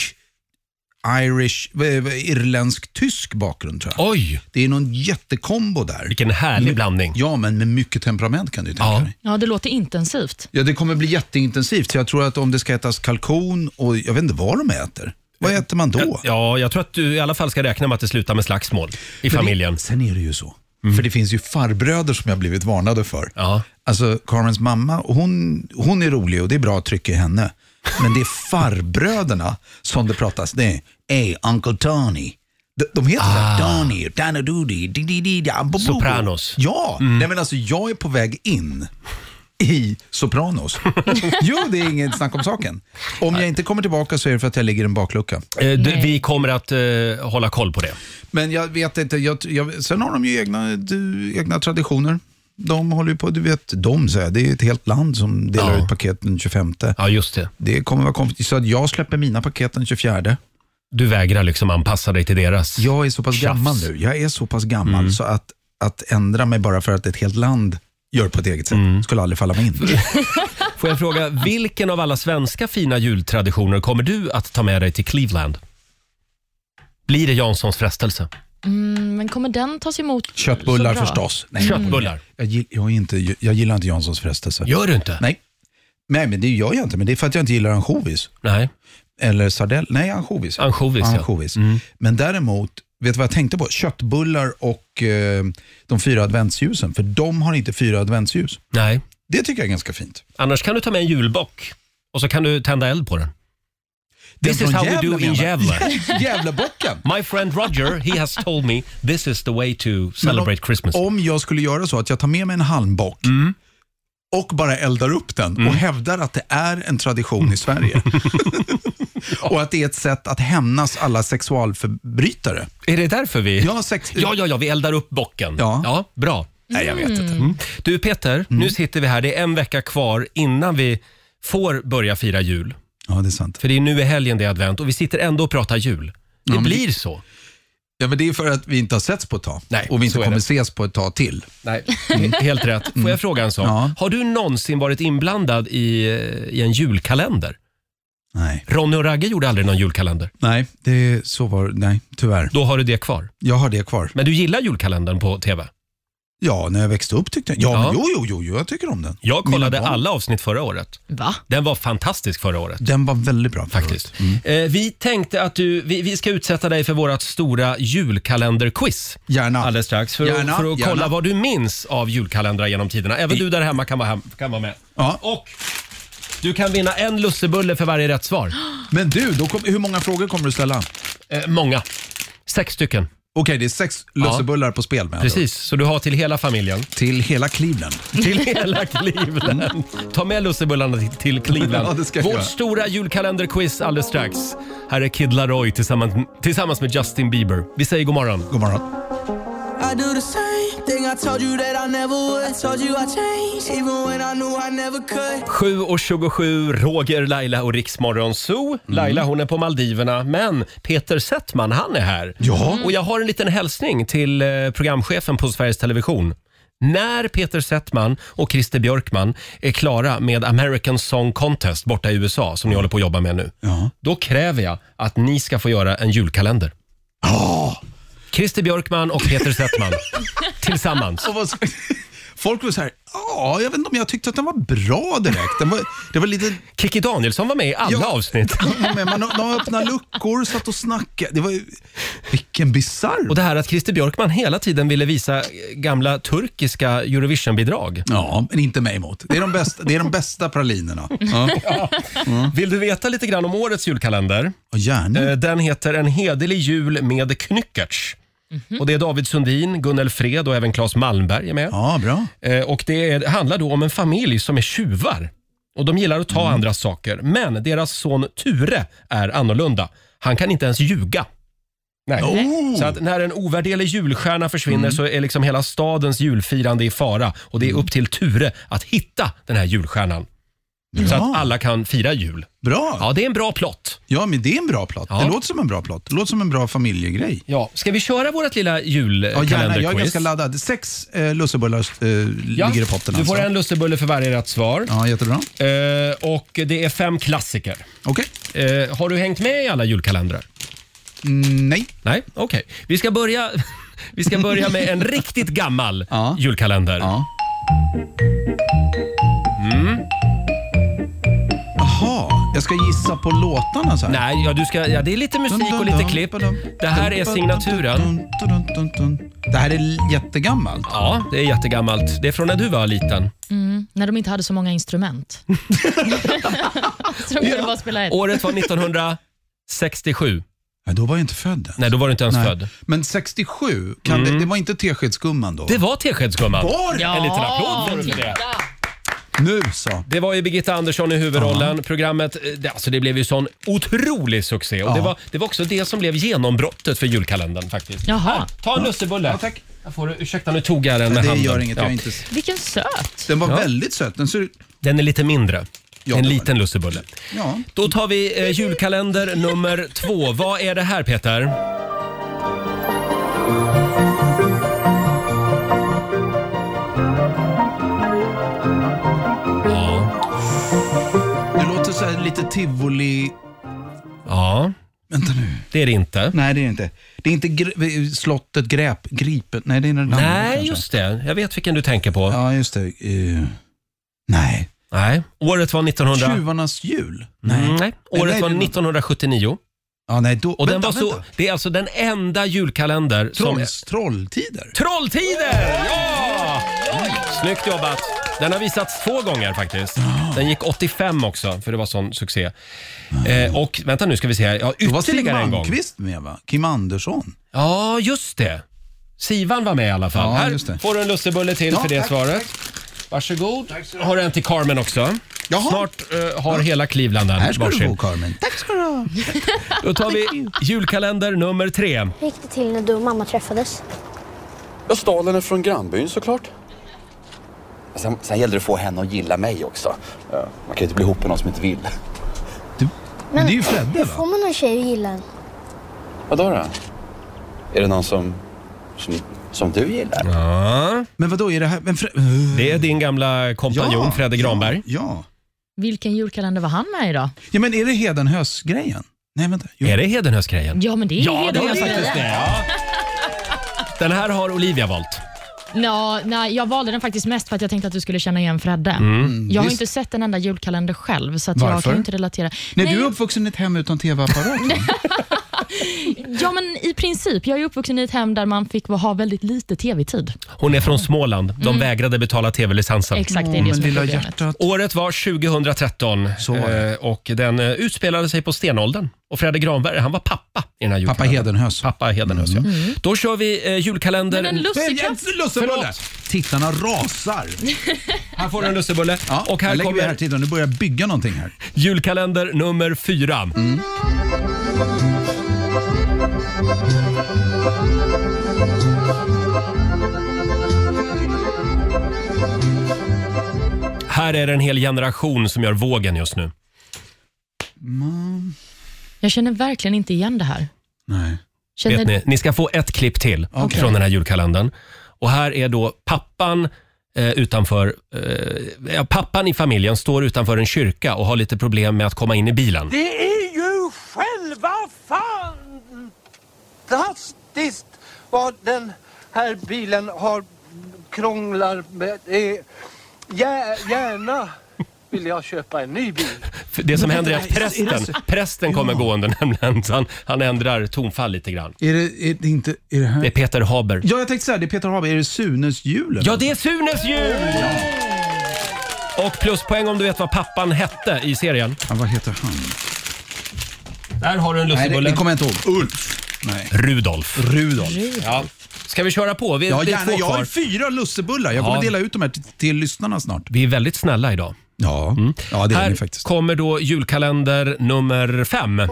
irländsk-tysk bakgrund, tror jag.
Oj!
Det är någon jättekombo där.
Vilken härlig blandning.
Ja, men med mycket temperament kan du tänka dig.
Ja, det låter intensivt.
Ja, det kommer bli jätteintensivt. Så jag tror att om det ska ätas kalkon och jag vet inte vad de äter. Vad äter man då?
Ja, jag tror att du i alla fall ska räkna med att det slutar med slagsmål i familjen.
Sen är det ju så. För det finns ju farbröder som jag blivit varnade för.
Ja.
Alltså Carmens mamma, hon är rolig och det är bra att trycka i henne. Men det är farbröderna som det pratas. Det är, hey, Uncle Tony. De heter Tony, Danadudi,
Sopranos.
Ja, nej men alltså jag är på väg in i Sopranos. Jo, det är inget snack om saken. Om jag inte kommer tillbaka så är det för att jag ligger i en baklucka.
Vi kommer att hålla koll på det.
Men jag vet inte, sen har de ju egna traditioner. De håller ju på, du vet, det är ett helt land som delar ut paket den 25.
Ja, just det.
Det kommer vara konstigt, så att jag släpper mina paket den 24.
Du vägrar liksom anpassa dig till deras.
Jag är så pass gammal nu. Jag är så pass gammal så att ändra mig bara för att ett helt land gör på ett eget sätt skulle aldrig falla mig in.
Får jag fråga, vilken av alla svenska fina jultraditioner kommer du att ta med dig till Cleveland? Blir det Janssons frestelse?
Men kommer den tas emot?
Köttbullar förstås. Nej,
köttbullar.
Jag gillar inte Janssons frestelse.
Gör du inte?
Nej, men det gör jag inte. Men det är för att jag inte gillar ansjovis.
Nej.
Eller sardell. Nej, ansjovis.
Ansjovis.
Men däremot, vet du vad jag tänkte på? Köttbullar och de 4 adventsljusen. För de har inte 4 adventsljus.
Nej.
Det tycker jag är ganska fint.
Annars kan du ta med en julbock och så kan du tända eld på den. This is how we do in Gävle.
Gävlebocken.
My friend Roger, he has told me this is the way to celebrate Christmas.
Om jag skulle göra så att jag tar med mig en halmbock och bara eldar upp den och hävdar att det är en tradition i Sverige. Och att det är ett sätt att hämnas alla sexualförbrytare.
Är det därför vi...
Ja,
vi eldar upp bocken. Ja, bra.
Nej, jag vet inte.
Du Peter, nu sitter vi här. Det är en vecka kvar innan vi får börja fira jul.
Ja, det är sant.
För det är nu i helgen det är advent och vi sitter ändå och pratar jul. Det blir så.
Ja, men det är för att vi inte har setts på ett tag.
Nej,
och vi inte kommer ses på ett tag till.
Nej, helt rätt. Får jag fråga en sak? Ja. Har du någonsin varit inblandad i en julkalender?
Nej.
Ronny och Ragge gjorde aldrig någon julkalender.
Nej, nej, tyvärr.
Då har du det kvar?
Jag har det kvar.
Men du gillar julkalendern på tv?
Ja, när jag växte upp tyckte jag. Ja. Jo, jag tycker om den.
Jag kollade alla avsnitt förra året.
Va?
Den var fantastisk förra året.
Den var väldigt bra
faktiskt. Vi tänkte att vi ska utsätta dig för vårt stora julkalenderquiz.
Gärna.
Alldeles strax. För att kolla vad du minns av julkalendrar genom tiderna. Även du där hemma kan vara med.
Ja.
Och du kan vinna en lussebulle för varje rätt svar.
Men du, hur många frågor kommer du ställa?
Många. 6 stycken.
Okej, det är 6 lussebullar på spel med.
Precis, så du har till hela familjen.
Till hela Cleveland.
Till hela Cleveland. Ta med lussebullarna till Cleveland.
Ja, det ska
Vårt stora julkalenderquiz alldeles strax. Här är Kid Laroi tillsammans med Justin Bieber. Vi säger god morgon.
God morgon.
I do the same thing I told you that I never would. Told you I changed even when I knew I never could.
7:27, Roger, Laila och Riksmorgon Zoo. Laila hon är på Maldiverna, men Peter Settman han är här.
Ja.
Och jag har en liten hälsning till programchefen på Sveriges Television. När Peter Settman och Christer Björkman är klara med American Song Contest borta i USA som ni håller på att jobba med nu. Då kräver jag att ni ska få göra en julkalender. Christer Björkman och Peter Settman tillsammans.
Folk var så här, jag vet inte om jag tyckte att den var bra direkt. Det var lite...
Kikki Danielsson var med i alla avsnitt.
De öppnade luckor, satt och snackade. Vilken bizarr.
Och det här att Christer Björkman hela tiden ville visa gamla turkiska Eurovision-bidrag.
Ja, men inte mig emot. Det är de bästa pralinerna. Ja.
Vill du veta lite grann om årets julkalender?
Gärna.
Den heter En hederlig jul med knyckerts. Och det är David Sundin, Gunnel Fred och även Claes Malmberg är med.
Ja, bra.
Och det handlar då om en familj som är tjuvar. Och de gillar att ta andras saker. Men deras son Ture är annorlunda. Han kan inte ens ljuga. Nej. Så att när en ovärderlig julstjärna försvinner så är liksom hela stadens julfirande i fara. Och det är upp till Ture att hitta den här julstjärnan. Så att alla kan fira jul.
Bra.
Ja, det är en bra plott.
Ja, men det är en bra plott. Ja. Det låter som en bra plott. Det låter som en bra familjegrej.
Ja, ska vi köra vårt lilla julkalenderquiz?
Ja, gärna. Jag är ganska laddad. 6 lussebullar ligger i potten.
Du får en lussebulle för varje rätt svar.
Ja, jättebra.
Och det är 5 klassiker.
Okej.
Har du hängt med i alla julkalendrar?
Nej.
Nej, okej. Vi ska börja med en riktigt gammal julkalender.
Ja. Jaha, jag ska gissa på låtarna så här.
Nej, det är lite musik och lite klipp. Det här är signaturen.
Det här är jättegammalt.
Ja, det är jättegammalt. Det är från när du var liten.
När de inte hade så många instrument. Så de kunde bara spela ett.
Året var 1967.
Nej, då var jag inte född ens.
Nej, då var du inte ens född.
Men 67, det var inte Teskedsgumman då?
Det var Teskedsgumman.
Ja.
En liten applåd för det.
Nu så.
Det var ju Birgitta Andersson i huvudrollen. Programmet, det blev ju sån otrolig succé. Och det var också det som blev genombrottet för julkalendern faktiskt.
Jaha.
Ta en lussebulle.
Ja, tack.
Ursäkta, nu tog jag den med handen.
Det gör inget, jag inte...
Vilken söt.
Den var väldigt söt.
Den är lite mindre. En liten lussebulle.
Ja.
Då tar vi julkalender nummer 2. Vad är det här, Peter?
Det låter så här lite tivoli.
Ja.
Vänta nu.
Det är det inte.
Nej, det är inte. Det är inte slottet Gripen. Nej, det är den andra.
Nej, just det. Jag vet vilken du tänker på.
Ja, just det. Nej.
Året var 1900...
Tjuvarnas jul?
Nej. Året var 1979.
Ja, nej, då...
Och den var så, det är alltså den enda julkalender som...
Trolltider?
Trolltider! Ja! Snyggt jobbat. Den har visats 2 gånger faktiskt. Den gick 85 också, för det var sån succé. Och vänta nu ska vi se här. Ja, ytterligare en gång.
Kim med, va? Kim Andersson.
Ja, just det. Sivan var med i alla fall.
Ja,
här får du en lussebulle till för det svaret. Varsågod. Har du en till Carmen också. Jaha. Snart har hela Cleveland
här ska du få, Carmen.
Tack ska du ha.
Då tar vi julkalender nummer 3.
Hur gick det till när du och mamma träffades?
Jag stal henne från grannbyn såklart. Sen gällde det att få henne att gilla mig också. Man kan ju inte bli ihop med någon som inte vill.
Men det är ju Fredde, va?
Hur får man en tjej att gilla en?
Vadå då? Är det någon som du gillar?
Ja.
Men vadå, är det här...
Det är din gamla kompanjon Fredde Granberg.
Ja.
Vilken julkalender var han med idag?
Ja, men är det Hedenhös-grejen? Nej, vänta.
Är det Hedenhös-grejen?
Ja, men det är
Hedenhös-grejen. Den här har Olivia valt.
Nej, jag valde den faktiskt mest för att jag tänkte att du skulle känna igen Fredde. Jag har inte sett en enda julkalender själv, så att jag kan inte relatera.
Nej, du är uppvuxen i ett hem utan tv-apparat.
Ja, men i princip. Jag är uppvuxen i ett hem där man fick ha väldigt lite tv-tid.
Hon är från Småland. De vägrade betala tv-licensen.
Exakt, det är det som är problemet.
Året var 2013 och den utspelade sig på stenåldern. Och Fredde Granberg, han var pappa i den här julkalendern. Pappa Hedenhös, ja. Då kör vi julkalender...
Men en
lussebulle! Tittarna rasar.
Här får du en lussebulle.
Ja, och här kommer... här tiden. Nu börjar jag bygga någonting här.
Julkalender nummer 4. Här är det en hel generation som gör vågen just nu.
Jag känner verkligen inte igen det här.
Nej.
Vet ni ska få ett klipp till från den här julkalendern. Och här är då pappan pappan i familjen står utanför en kyrka och har lite problem med att komma in i bilen.
Det är ju själva fantastiskt vad den här bilen har krånglar med. Gärna vill jag köpa en ny bil.
Det som händer är att prästen kommer gående nämligen, så han ändrar tonfall lite grann.
Är det inte... Är det här?
Det är Peter Haber.
Ja, jag tänkte säga, det är Peter Haber. Är det Sunes jul?
Ja, det är Sunes jul! Ja. Och pluspoäng om du vet vad pappan hette i serien.
Ja, vad heter han?
Där har du en lussebulle.
Nej, det kommer jag inte ihåg. Ulf.
Nej. Rudolf.
Ja.
Ska vi köra på?
Ja, gärna. Jag har 4 lussebullar. Jag kommer dela ut dem här till lyssnarna snart.
Vi är väldigt snälla idag.
Ja, ja det är ni faktiskt.
Här kommer då julkalender nummer 5.
Det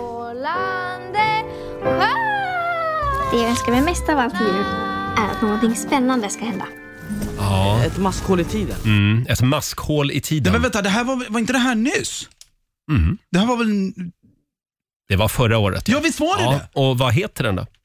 jag önskar mig mest av allt i jul är att någonting spännande ska hända.
Ja.
Ett maskhål i tiden.
Ett maskhål i tiden.
Men vänta, det här var inte det här nyss? Det här var väl...
Det var förra året.
Ja, visst var det.
Och vad heter den då?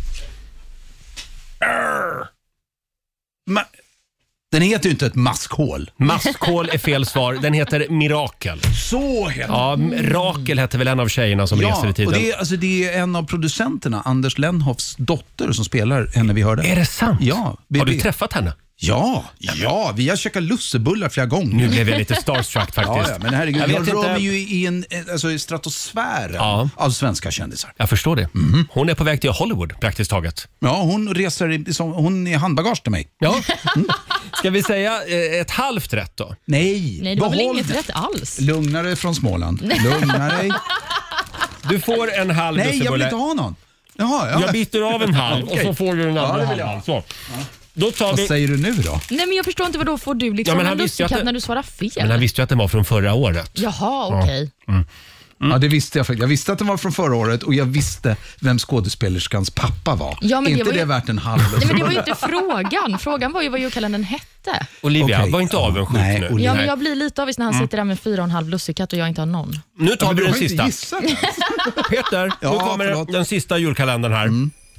Den heter ju inte ett maskhål.
Maskhål är fel svar. Den heter Mirakel.
Så heter
Ja, Rakel heter väl en av tjejerna som reser i tiden.
Och det är en av producenterna, Anders Lenhoffs dotter, som spelar henne vi hörde.
Är det sant?
Ja.
Har du träffat henne?
Ja, vi har käkat lussebullar flera gånger.
Nu blev jag lite starstruck faktiskt.
Ja, men herregud, jag rör mig ju i en stratosfären av svenska kändisar.
Jag förstår det. Hon är på väg till Hollywood praktiskt taget.
Ja, hon är handbagage till mig.
Ja. Ska vi säga ett halvt rätt då?
Nej,
det var väl inget rätt alls.
Lugna dig från Småland. Lugna dig.
Du får en halv
Nej,
lussebulle.
jag vill inte ha någon. Jaha,
Jag byter av en halv och så får du en annan halv. Så. Då tar
Vad säger du nu då?
Nej, men jag förstår inte vad då får du liksom en lussekatt när du svarar fel.
Men han visste ju att den var från förra året.
Jaha, okej.
Ja, det visste jag faktiskt. Jag visste att den var från förra året och jag visste vem skådespelerskans pappa var.
Ja, men
inte det värt en halv?
Nej, men det var ju inte frågan. Frågan var ju vad julkalendern hette.
Olivia, var inte avundsjuk nu.
Ja, men jag blir lite avis när han sitter där med 4,5 lussekatt och jag inte har någon.
Nu tar vi den sista. Peter, nu kommer den sista julkalendern här.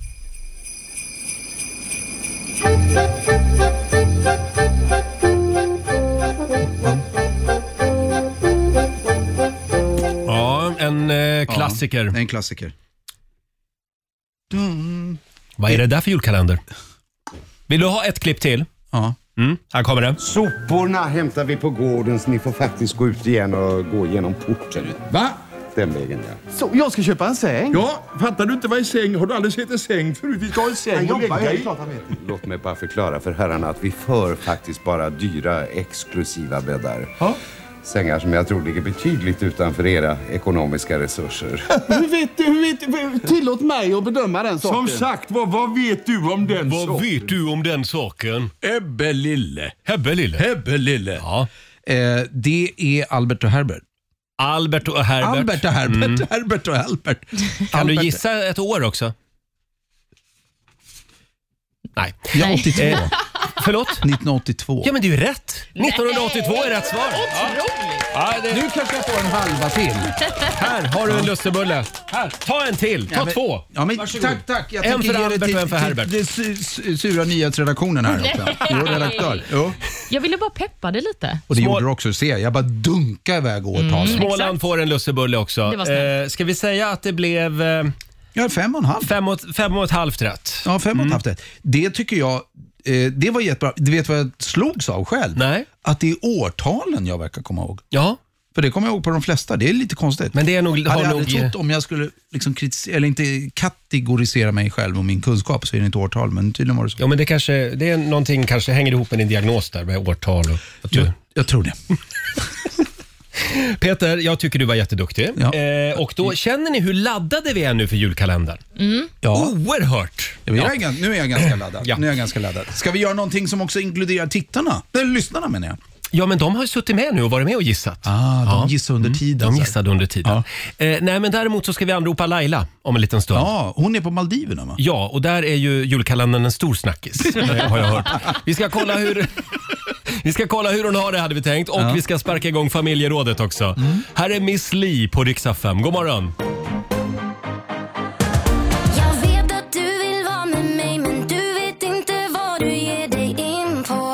Ja, en klassiker.
En klassiker.
Vad är det där för julkalender? Vill du ha ett klipp till?
Ja.
Här kommer det.
Soporna hämtar vi på gården så ni får faktiskt gå ut igen och gå igenom porten.
Va?
Den vägen, ja.
Så, jag ska köpa en säng?
Ja,
fattar du inte vad en säng? Har du aldrig sett en säng förut? Vi ska ha en säng och lägga i.
Låt mig bara förklara för herrarna att vi för faktiskt bara dyra, exklusiva bäddar.
Ja.
Sängar som jag tror ligger betydligt utanför era ekonomiska resurser.
Hur vet du? Tillåt mig att bedöma den saken.
Som
sagt, vad vet du om den saken?
Vad vet du om den saken?
Ebbe Lille.
Hebbe Lille.
Ja. Det är Albert och Herbert.
Albert och Herbert.
Herbert och Albert.
Kan du gissa ett år också? Nej.
Ja, 82.
Förlåt?
1982.
Ja, men det är ju rätt. 1982 är rätt svar.
Ja, nu kanske jag får en halva till.
Här har du en lussebulle. Här, ta en till. Ta två.
Ja, men, tack. Jag
en för Albert och en för Herbert.
Det är sura nyhetsredaktionen här också. Vår redaktör. Jo.
Jag ville bara peppa det lite.
Och det gjorde du också, se. Jag bara dunkade iväg årtal.
Småland får en lussebulle också. Ska vi säga att det blev...
Ja, 5,5.
5,5 rätt.
Ja, 5,5 rätt. Det tycker jag... Det var jättebra. Du vet vad jag slogs av själv?
Nej.
Att det är årtalen jag verkar komma ihåg.
Ja.
För det kommer jag ihåg på de flesta. Det är lite konstigt.
Men det är nog...
Hade jag aldrig trott om jag skulle liksom eller inte kategorisera mig själv och min kunskap så är det inte årtal, men tydligen var det så.
Ja, men det är någonting kanske hänger ihop med din diagnos där med årtal. Och
jag tror det.
Peter, jag tycker du var jätteduktig. Ja. Och då känner ni hur laddade vi är nu för julkalendern?
Ja.
Oerhört.
Nu är jag ganska laddad.
Ja.
Nu är jag ganska laddad. Ska vi göra någonting som också inkluderar tittarna? Eller lyssnarna menar jag.
Ja, men de har ju suttit med nu och varit med och gissat.
De gissade under tiden.
De gissade under tiden. Ja. Nej, men däremot så ska vi anropa Laila om en liten stund.
Ja, hon är på Maldiverna, va?
Ja, och där är ju julkalendern en stor snackis, har jag hört. Vi ska kolla hur hon har det, hade vi tänkt. Och vi ska sparka igång familjerådet också. Här är Miss Li på Rix FM. God morgon.
Jag vet att du vill vara med mig, men du vet inte vad du ger dig in på.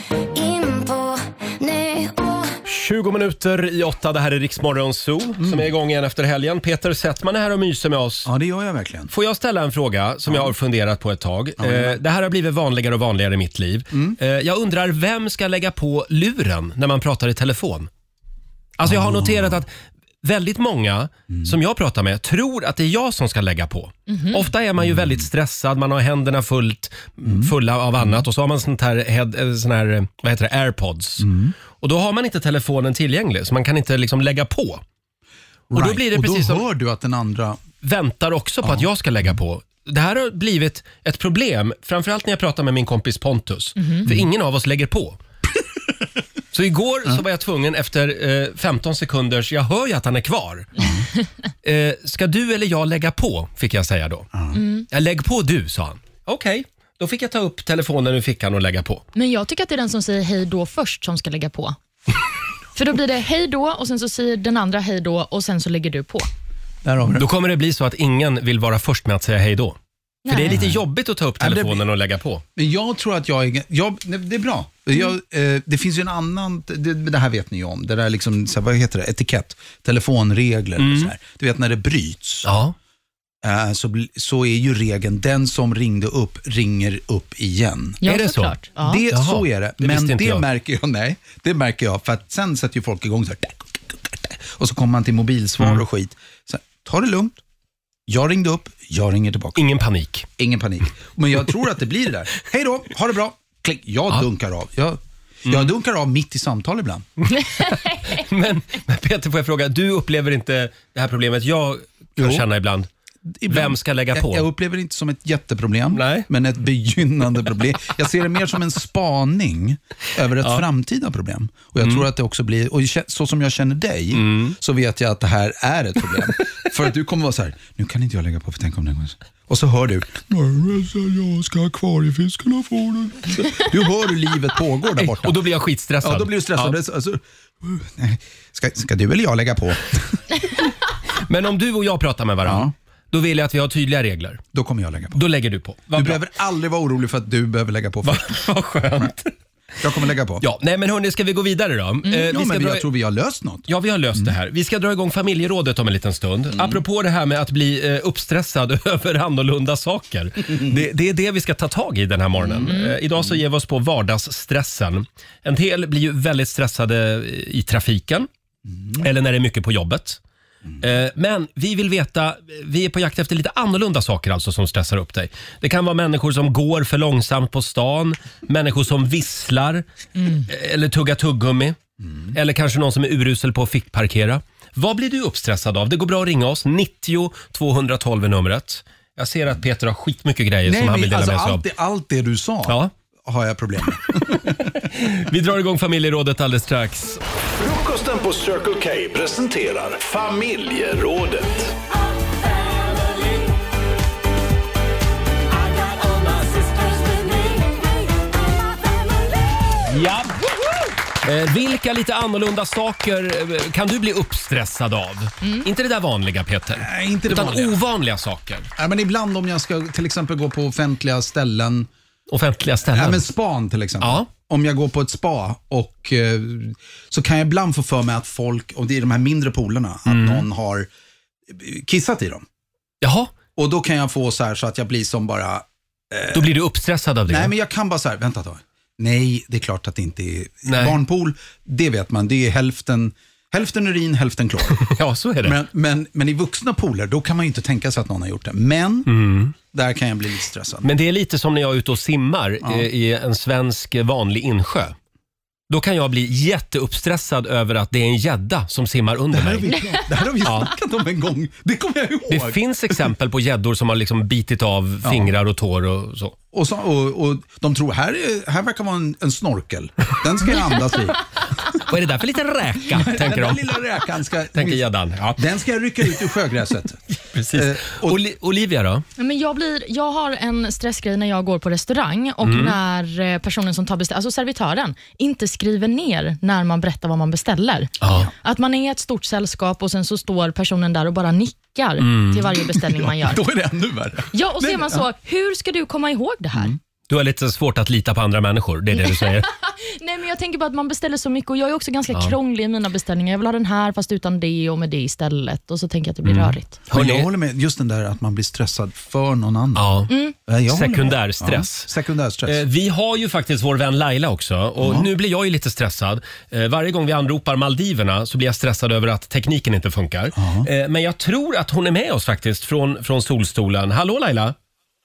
20 minuter i 8, det här är Rix Morgon Zoo som är igång igen efter helgen. Peter Settman är här och myser med oss.
Ja, det gör jag verkligen.
Får jag ställa en fråga som jag har funderat på ett tag? Det här har blivit vanligare och vanligare i mitt liv. Jag undrar, vem ska lägga på luren när man pratar i telefon? Alltså jag har noterat att väldigt många som jag pratar med tror att det är jag som ska lägga på. Ofta är man ju väldigt stressad, man har händerna fulla av annat och så har man sån här vad heter det, AirPods. Och då har man inte telefonen tillgänglig så man kan inte liksom lägga på. Och då blir det precis
och då hör du att den andra
väntar också på att jag ska lägga på. Det här har blivit ett problem, framförallt när jag pratar med min kompis Pontus. För ingen av oss lägger på. Så igår så var jag tvungen efter 15 sekunders, jag hör ju att han är kvar. Ska du eller jag lägga på, fick jag säga då. Lägg på du, sa han. Okej. Då fick jag ta upp telefonen ur fickan och lägga på.
Men jag tycker att det är den som säger hej då först som ska lägga på. För då blir det hej då och sen så säger den andra hej då och sen så lägger du på.
Då kommer det bli så att ingen vill vara först med att säga hej då. För det är lite jobbigt att ta upp telefonen och lägga på.
Men jag tror att det är bra. Det finns ju en annan, det här vet ni ju om. Det där liksom, så här, vad heter det? Etikett, telefonregler. Så här. Du vet när det bryts.
Ja.
Så är ju regeln, den som ringde upp ringer upp igen.
Ja,
är det så?
Ja.
Så är det. Men det märker jag, för att sen sätter ju folk igång så här, och så kommer man till mobilsvar och skit. Så, ta det lugnt. Jag ringde upp, jag ringer tillbaka.
Ingen panik.
Men jag tror att det blir det där. Hej då, ha det bra. Klick, jag dunkar av. Jag dunkar av mitt i samtal ibland.
men Peter, får jag fråga, du upplever inte det här problemet jag kan känna ibland? Vem ska lägga på?
Jag upplever det inte som ett jätteproblem, men ett begynnande problem. Jag ser det mer som en spaning över ett framtida problem. Och jag tror att det också blir, och så som jag känner dig, så vet jag att det här är ett problem. För att du kommer vara så här, nu kan inte jag lägga på för tänk om det går. Och så hör du, jag ska ha kvar i fiskarna få den. Du hör hur livet pågår där borta.
Och då blir jag skitstressad.
Ja, då blir du stressad. Alltså, ska du eller jag lägga på?
Men om du och jag pratar med varandra, då vill jag att vi har tydliga regler.
Då kommer jag lägga på.
Då lägger du på.
Du behöver aldrig vara orolig för att du behöver lägga på.
Vad skönt.
Jag kommer lägga på.
Ja, nej men hörni, ska vi gå vidare då?
Jag tror vi har löst något.
Ja, vi har löst det här. Vi ska dra igång familjerådet om en liten stund. Apropå det här med att bli uppstressad över annorlunda saker. Det är det vi ska ta tag i den här morgonen. Idag så ger vi oss på vardagsstressen. En del blir ju väldigt stressade i trafiken. Eller när det är mycket på jobbet. Men vi vill veta, vi är på jakt efter lite annorlunda saker alltså som stressar upp dig. Det kan vara människor som går för långsamt på stan, människor som visslar eller tuggar tuggummi, eller kanske någon som är urusel på att fickparkera. Vad blir du uppstressad av? Det går bra att ringa oss, 90 212 är numret. Jag ser att Peter har skitmycket grejer som han vill dela med sig av.
Allt det du sa har jag problem med.
Vi drar igång familjerådet alldeles strax.
Frukosten på Circle K presenterar familjerådet.
Ja. Vilka lite annorlunda saker kan du bli uppstressad av? Inte det där vanliga, Peter.
Nej, inte det
utan
vanliga.
Ovanliga saker.
Ja, men ibland om jag ska till exempel gå på offentliga ställen.
Offentliga ställen?
Ja, men span till exempel. Ja. Om jag går på ett spa och så kan jag ibland få för mig att folk, och det är de här mindre poolerna, att någon har kissat i dem.
Jaha.
Och då kan jag få så här så att jag blir som bara...
Då blir du uppstressad av det?
Nej, men jag kan bara så här, vänta då. Nej, det är klart att det inte är... Barnpool, det vet man, det är hälften urin, hälften klor.
Ja, så är det.
Men i vuxna pooler, då kan man ju inte tänka sig att någon har gjort det. Men där kan jag bli lite stressad.
Men det är lite som när jag är ute och simmar i en svensk vanlig insjö. Då kan jag bli jätteuppstressad över att det är en gädda som simmar under mig.
Det här har vi snackat om en gång. Det kommer jag ihåg.
Det finns exempel på gäddor som har liksom bitit av fingrar och tår och så.
Och de tror, här verkar vara en snorkel. Den ska jag andas i.
Vad är det där för liten räka, tänker de?
Den lilla räkan
tänker gäddan. Ja.
Den ska jag rycka ut ur sjögräset.
Precis. Olivia då?
Men jag har en stressgrej när jag går på restaurang och när personen som tar alltså servitören, inte skriver ner när man berättar vad man beställer. Att man är ett stort sällskap och sen så står personen där och bara nickar till varje beställning man gör.
Då är det ännu värre.
Ja, och så är man så, hur ska du komma ihåg det här?
Du har lite svårt att lita på andra människor, det är det du säger.
Nej, men jag tänker bara att man beställer så mycket och jag är också ganska krånglig i mina beställningar. Jag vill ha den här fast utan det och med det istället. Och så tänker jag att det blir rörigt.
Jag håller med, just den där att man blir stressad för någon annan.
Sekundärstress.
Sekundärstress.
Vi har ju faktiskt vår vän Laila också. Och nu blir jag ju lite stressad. Varje gång vi anropar Maldiverna så blir jag stressad över att tekniken inte funkar. Men jag tror att hon är med oss faktiskt från solstolen. Hallå Laila?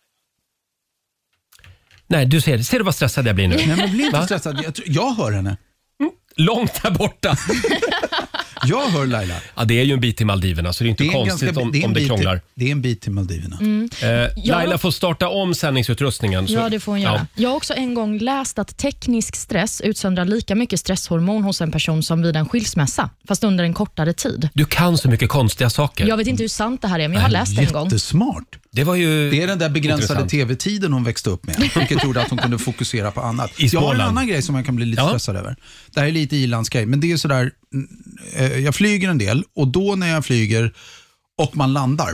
Nej, du ser du vad stressad jag blir nu?
Nej, men bli inte stressad. Jag hör henne.
Långt där borta.
Jag hör Laila.
Ja, det är ju en bit till Maldiverna så det är inte konstigt om det krånglar.
Det är en bit till Maldiverna.
Laila får starta om sändningsutrustningen.
Ja, det får hon göra. Jag har också en gång läst att teknisk stress utsöndrar lika mycket stresshormon hos en person som vid en skilsmässa, fast under en kortare tid.
Du kan så mycket konstiga saker.
Jag vet inte hur sant det här är, men jag har läst det en gång.
Jättesmart.
Det
är den där begränsade tv-tiden hon växte upp med, vilket gjorde att hon kunde fokusera på annat. Jag har en annan grej som jag kan bli lite stressad över. Det här är lite ilandsgrej, men det är sådär, jag flyger en del och då när jag flyger och man landar,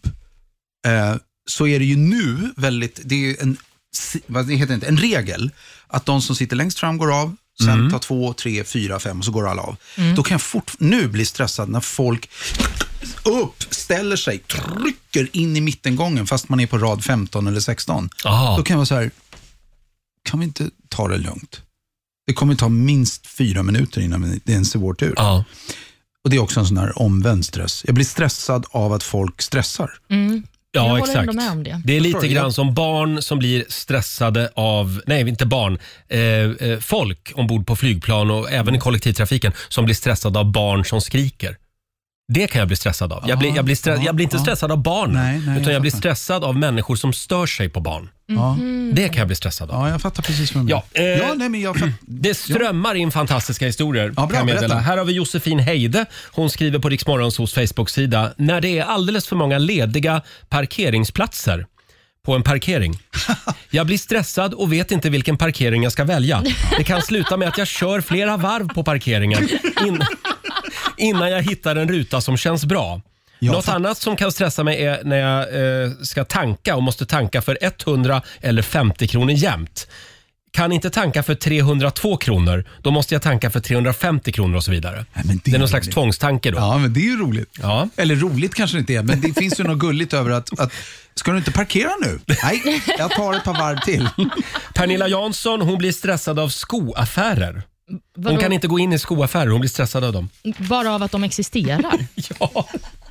så är det ju nu väldigt, det är en regel att de som sitter längst fram går av, sen tar 2, 3, 4, 5 och så går alla av. Då kan jag nu bli stressad när folk ställer sig, trycker in i mittengången fast man är på rad 15 eller 16. Då kan jag vara så här, kan vi inte ta det lugnt? Det kommer ta minst 4 minuter innan det ens är vår tur. Och det är också en sån här omvänd stress. Jag blir stressad av att folk stressar.
Ja, exakt. Det är lite grann som barn som blir stressade av, nej inte barn, folk ombord på flygplan och även i kollektivtrafiken som blir stressade av barn som skriker. Det kan jag bli stressad av. Jag blir inte stressad av barnen, utan jag blir stressad av människor som stör sig på barn. Det kan jag bli stressad av.
Ja, jag fattar precis vad du menar.
Det strömmar in fantastiska historier. Här har vi Josefin Heide. Hon skriver på Riksmorgonsos Facebook-sida: när det är alldeles för många lediga parkeringsplatser på en parkering. Jag blir stressad och vet inte vilken parkering jag ska välja. Det kan sluta med att jag kör flera varv på parkeringen innan jag hittar en ruta som känns bra. Något annat som kan stressa mig är när jag ska tanka och måste tanka för 100 eller 50 kronor jämt. Kan inte tanka för 302 kronor, då måste jag tanka för 350 kronor och så vidare. Det är någon slags tvångstanke då.
Ja, men det är ju roligt. Eller roligt kanske det inte är, men det finns ju något gulligt över att ska du inte parkera nu? Nej, jag tar ett par varv till.
Pernilla Jansson, hon blir stressad av skoaffärer. Hon kan inte gå in i skoaffärer, hon blir stressad av dem.
Bara av att de existerar?
Ja.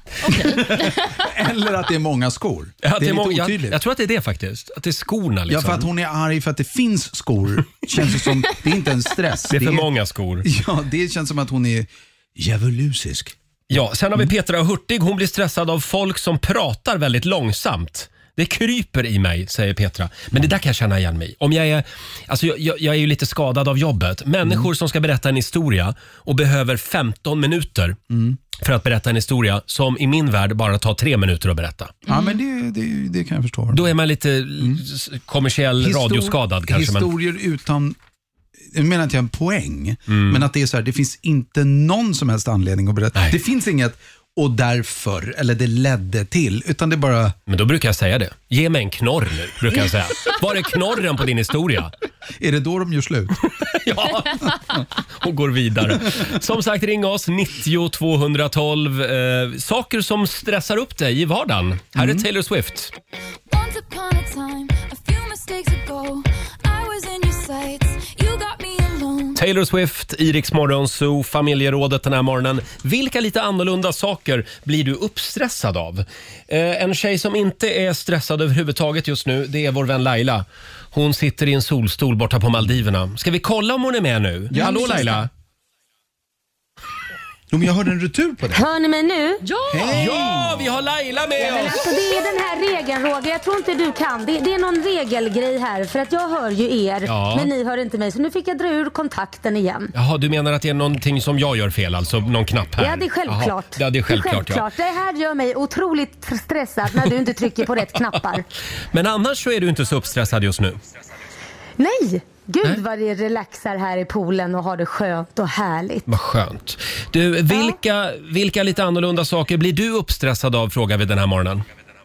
Eller att det är många skor. Det är lite otydligt.
Jag tror att det är det faktiskt. Att det är skorna liksom.
Ja, för att hon är arg för att det finns skor. Känns det som, det är inte en stress.
Det är för många skor.
Ja, det känns som att hon är djävulusisk.
Ja, sen har vi Petra Hurtig. Hon blir stressad av folk som pratar väldigt långsamt. Det kryper i mig, säger Petra. Men det där kan jag känna igen mig. Om jag är ju lite skadad av jobbet. Människor som ska berätta en historia och behöver 15 minuter för att berätta en historia som i min värld bara tar 3 minuter att berätta.
Ja, men det kan jag förstå.
Då är man lite kommersiell radioskadad kanske.
Historier utan, jag menar inte en poäng, men att det är så här, det finns inte någon som helst anledning att berätta. Nej. Det finns inget och därför, eller det ledde till, utan det bara...
Men då brukar jag säga det. Ge mig en knorr nu, brukar jag säga. Var är knorren på din historia?
Är det då de gör slut?
Ja, och går vidare. Som sagt, ring oss 90 212. Saker som stressar upp dig i vardagen. Här är Taylor Swift.
Once upon a time, a few mistakes ago, I was in your sights, you got me alone.
Taylor Swift, i Riksmorgon Zoo, familjerådet den här morgonen. Vilka lite annorlunda saker blir du uppstressad av? En tjej som inte är stressad överhuvudtaget just nu, det är vår vän Laila. Hon sitter i en solstol borta på Maldiverna. Ska vi kolla om hon är med nu?
Ja,
hallå Laila?
Jo, men jag hörde en retur på det.
Hör ni mig nu?
Ja!
Hey! Ja, vi har Laila med oss!
Alltså, det är den här regeln, Roger. Jag tror inte du kan. Det är någon regelgrej här. För att jag hör ju er, men ni hör inte mig. Så nu fick jag dra ur kontakten igen.
Jaha, du menar att det är någonting som jag gör fel? Alltså någon knapp här?
Ja, det är självklart.
Ja, det är självklart.
Ja. Det här gör mig otroligt stressad när du inte trycker på rätt knappar.
Men annars så är du inte så uppstressad just nu?
Nej! Gud vad det relaxar här i poolen och har det skönt och härligt.
Vad skönt. Du, vilka lite annorlunda saker blir du uppstressad av, frågar vi den här morgonen?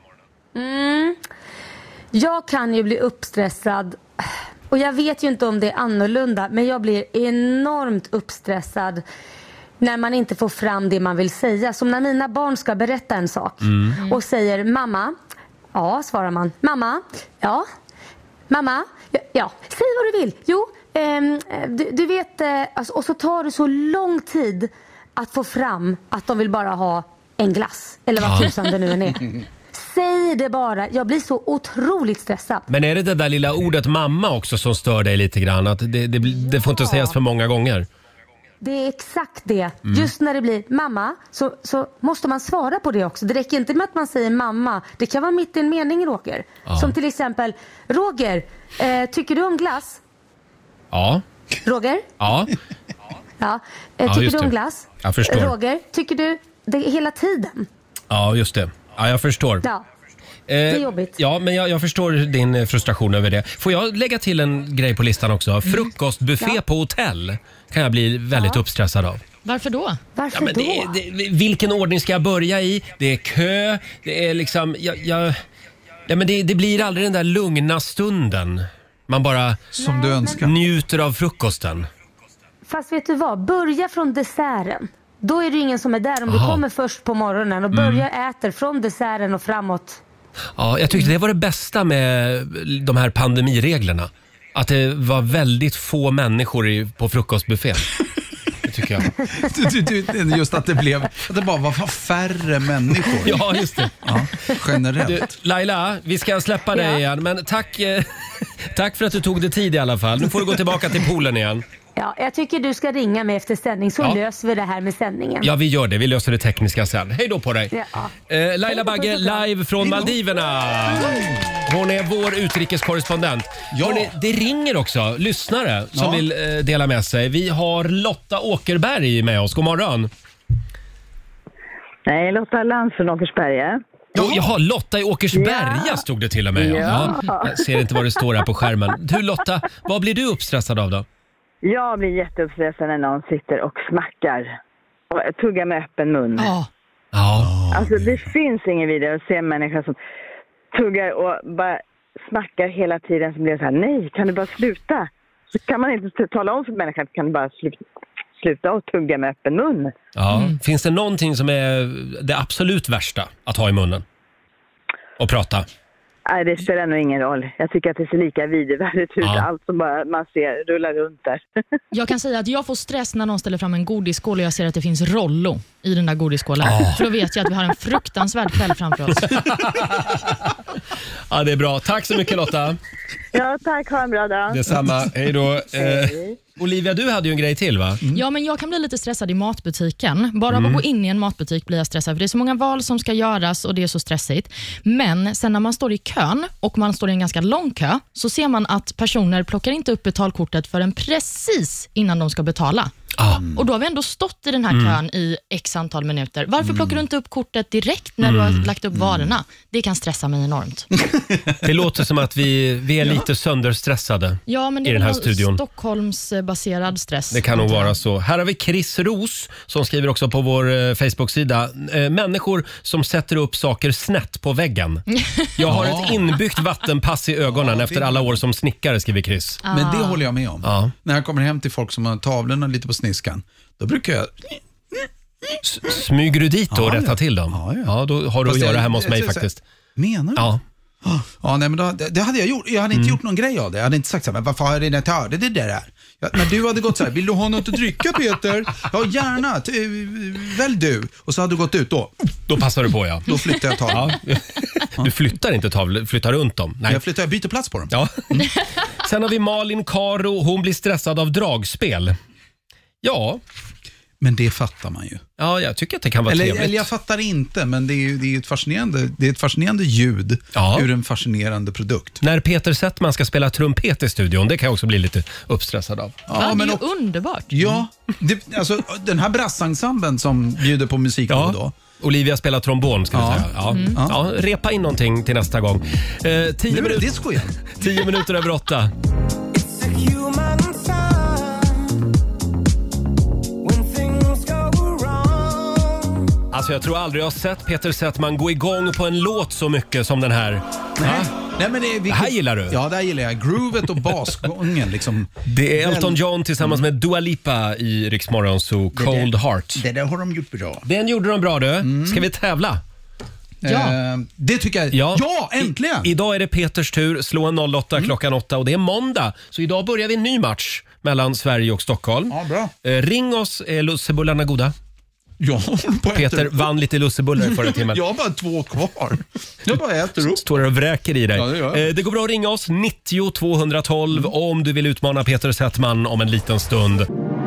Jag kan ju bli uppstressad, och jag vet ju inte om det är annorlunda, men jag blir enormt uppstressad när man inte får fram det man vill säga. Som när mina barn ska berätta en sak och säger mamma, ja, svarar man. Mamma, ja. Mamma, ja, säg vad du vill. Jo, du vet, alltså, och så tar det så lång tid att få fram att de vill bara ha en glass. Eller vad tusan det nu än är. Säg det bara. Jag blir så otroligt stressad.
Men är det där lilla ordet mamma också som stör dig lite grann? Att det får inte sägas för många gånger.
Det är exakt det. Just när det blir mamma så måste man svara på det också. Det räcker inte med att man säger mamma. Det kan vara mitt i en mening, Roger. Som till exempel, Roger, tycker du om glass?
Ja.
Roger?
Ja.
Tycker du om glass?
Jag förstår.
Roger, tycker du det hela tiden?
Ja, just det. Ja, jag förstår.
Ja. Det är jobbigt.
Ja, men jag förstår din frustration över det. Får jag lägga till en grej på listan också? Frukostbuffé på hotell kan jag bli väldigt uppstressad av.
Varför då?
Varför då?
Vilken ordning ska jag börja i? Det är kö, det är liksom... men det blir aldrig den där lugna stunden. Man bara
som du önskar.
Njuter av frukosten.
Fast vet du vad? Börja från desserten. Då är det ingen som är där om du kommer först på morgonen och börjar äta från desserten och framåt.
Ja, jag tyckte det var det bästa med de här pandemireglerna. Att det var väldigt få människor på frukostbuffén. Det tycker jag.
Just att det bara var färre människor.
Ja, just det.
Ja, generellt.
Laila, vi ska släppa dig igen. Men tack för att du tog dig tid i alla fall. Nu får du gå tillbaka till poolen igen.
Ja, jag tycker du ska ringa mig efter sändning så löser vi det här med sändningen.
Ja, vi gör det. Vi löser det tekniska sen. Hej då på dig.
Ja.
Laila Bagge live från Maldiverna. Hon är vår utrikeskorrespondent.
Ja.
Hörrni, det ringer också lyssnare som vill dela med sig. Vi har Lotta Åkerberg med oss. God morgon.
Nej, Lotta Lantz från Åkersberga.
Jaha, Lotta i Åkersberga stod det till och med. Ja. Jag ser inte vad det står här på skärmen. Du Lotta, vad blir du uppstressad av då?
Jag blir jätteuppstressad när någon sitter och smackar och tuggar med öppen mun. Alltså det finns ingen vidare att se en människa som tuggar och bara smackar hela tiden som blir så här, nej, kan du bara sluta? Så kan man inte tala om för människan, kan du bara sluta och tugga med öppen mun.
Ja. Finns det någonting som är det absolut värsta att ha i munnen? Och prata?
Nej, det spelar nog ingen roll. Jag tycker att det ser lika vidervärdigt ut. Allt som bara man ser rullar runt där.
Jag kan säga att jag får stress när någon ställer fram en godisskål och jag ser att det finns Rollo i den där godisskålen. För då vet jag att vi har en fruktansvärd kväll framför oss.
Ja, det är bra. Tack så mycket Lotta.
Ja, tack. Ha en bra dag.
Detsamma. Hej då. Olivia, du hade ju en grej till va?
Ja, men jag kan bli lite stressad i matbutiken. Bara av att gå in i en matbutik blir jag stressad. För det är så många val som ska göras och det är så stressigt. Men sen när man står i kön och man står i en ganska lång kö så ser man att personer plockar inte upp betalkortet förrän precis innan de ska betala. Och då har vi ändå stått i den här kön i x antal minuter. Varför plockar du inte upp kortet direkt när du har lagt upp varorna? Det kan stressa mig enormt.
Det låter som att vi är lite sönderstressade
men det
i den här studion.
Stockholmsbaserad stress.
Det kan nog vara så. Här har vi Chris Ros som skriver också på vår Facebook-sida. Människor som sätter upp saker snett på väggen. Jag har ett inbyggt vattenpass i ögonen efter alla år som snickare, skriver Chris.
Men det håller jag med om. När jag kommer hem till folk som har tavlorna lite på sniskan, då brukar jag...
Smyger du dit och rättar till dem? Ja, då har du att göra hemma hos mig faktiskt.
Menar du? Ja, nej, men det hade jag gjort. Jag hade inte gjort någon grej av det. Jag hade inte sagt så här, men varför har jag redan tagit det där? När du hade gått så här, vill du ha något att dricka Peter? Ja, gärna. Väl du. Och så hade du gått ut då.
Då passar du på, ja.
Då flyttar jag tavlan.
Du flyttar inte tavlan, flyttar runt dem. Nej.
Jag byter plats på dem.
Ja. Sen har vi Malin Karo, hon blir stressad av dragspel. Ja.
Men det fattar man ju.
Ja, jag tycker att det kan vara trevligt.
Eller jag fattar inte, men det är ett fascinerande ljud ur en fascinerande produkt.
När Peter Settman ska spela trumpet i studion, det kan jag också bli lite uppstressad av.
Ja, men det är ju underbart.
Ja, alltså den här brassensemblen som bjuder på musik då.
Olivia spelar trombon, ska vi säga. Ja, repa in någonting till nästa gång. 10 minuter över 8. Alltså jag tror aldrig jag har sett Peter Settman gå igång på en låt så mycket som den här.
Nej, men
det här gillar du?
Ja, det här gillar jag. Groovet och basgången liksom.
Det är Elton John tillsammans med Dua Lipa i Rix Morgon Zoo, Cold Heart.
Det där har de gjort bra.
Den gjorde de bra du. Ska vi tävla?
Ja.
Det tycker jag. Ja, äntligen!
Idag är det Peters tur. Slå en 08 klockan 8 och det är måndag. Så idag börjar vi en ny match mellan Sverige och Stockholm.
Ja, bra.
Ring oss, är lussebullarna goda?
Ja,
Peter vann lite lussebullar förra timmen.
Jag har bara 2 kvar. Jag bara äter upp.
Står och vräker i dig.
Ja,
det går bra att ringa oss 90 212 om du vill utmana Peter Settman om en liten stund.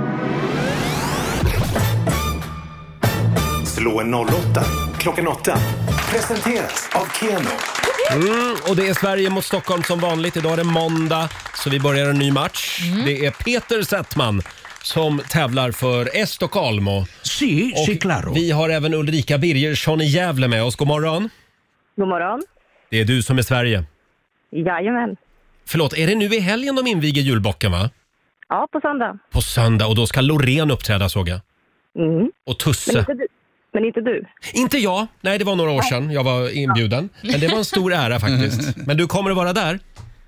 Slå en 08 klockan 8. Presenteras av Keno.
Och det är Sverige mot Stockholm som vanligt. Idag är det måndag så vi börjar en ny match. Det är Peter Settman som tävlar för Stockholm.
Sí, claro.
Vi har även Ulrika Birgersson i Gävle med oss. God morgon.
God morgon.
Det är du som är Sverige.
Jajamän.
Förlåt, är det nu i helgen de inviger julbocken, va?
Ja, på söndag.
På söndag, och då ska Loreen uppträda, såg jag. Och Tusse.
Men inte du.
Inte jag. Nej, det var några år sedan jag var inbjuden. Men det var en stor ära faktiskt. Men du kommer att vara där?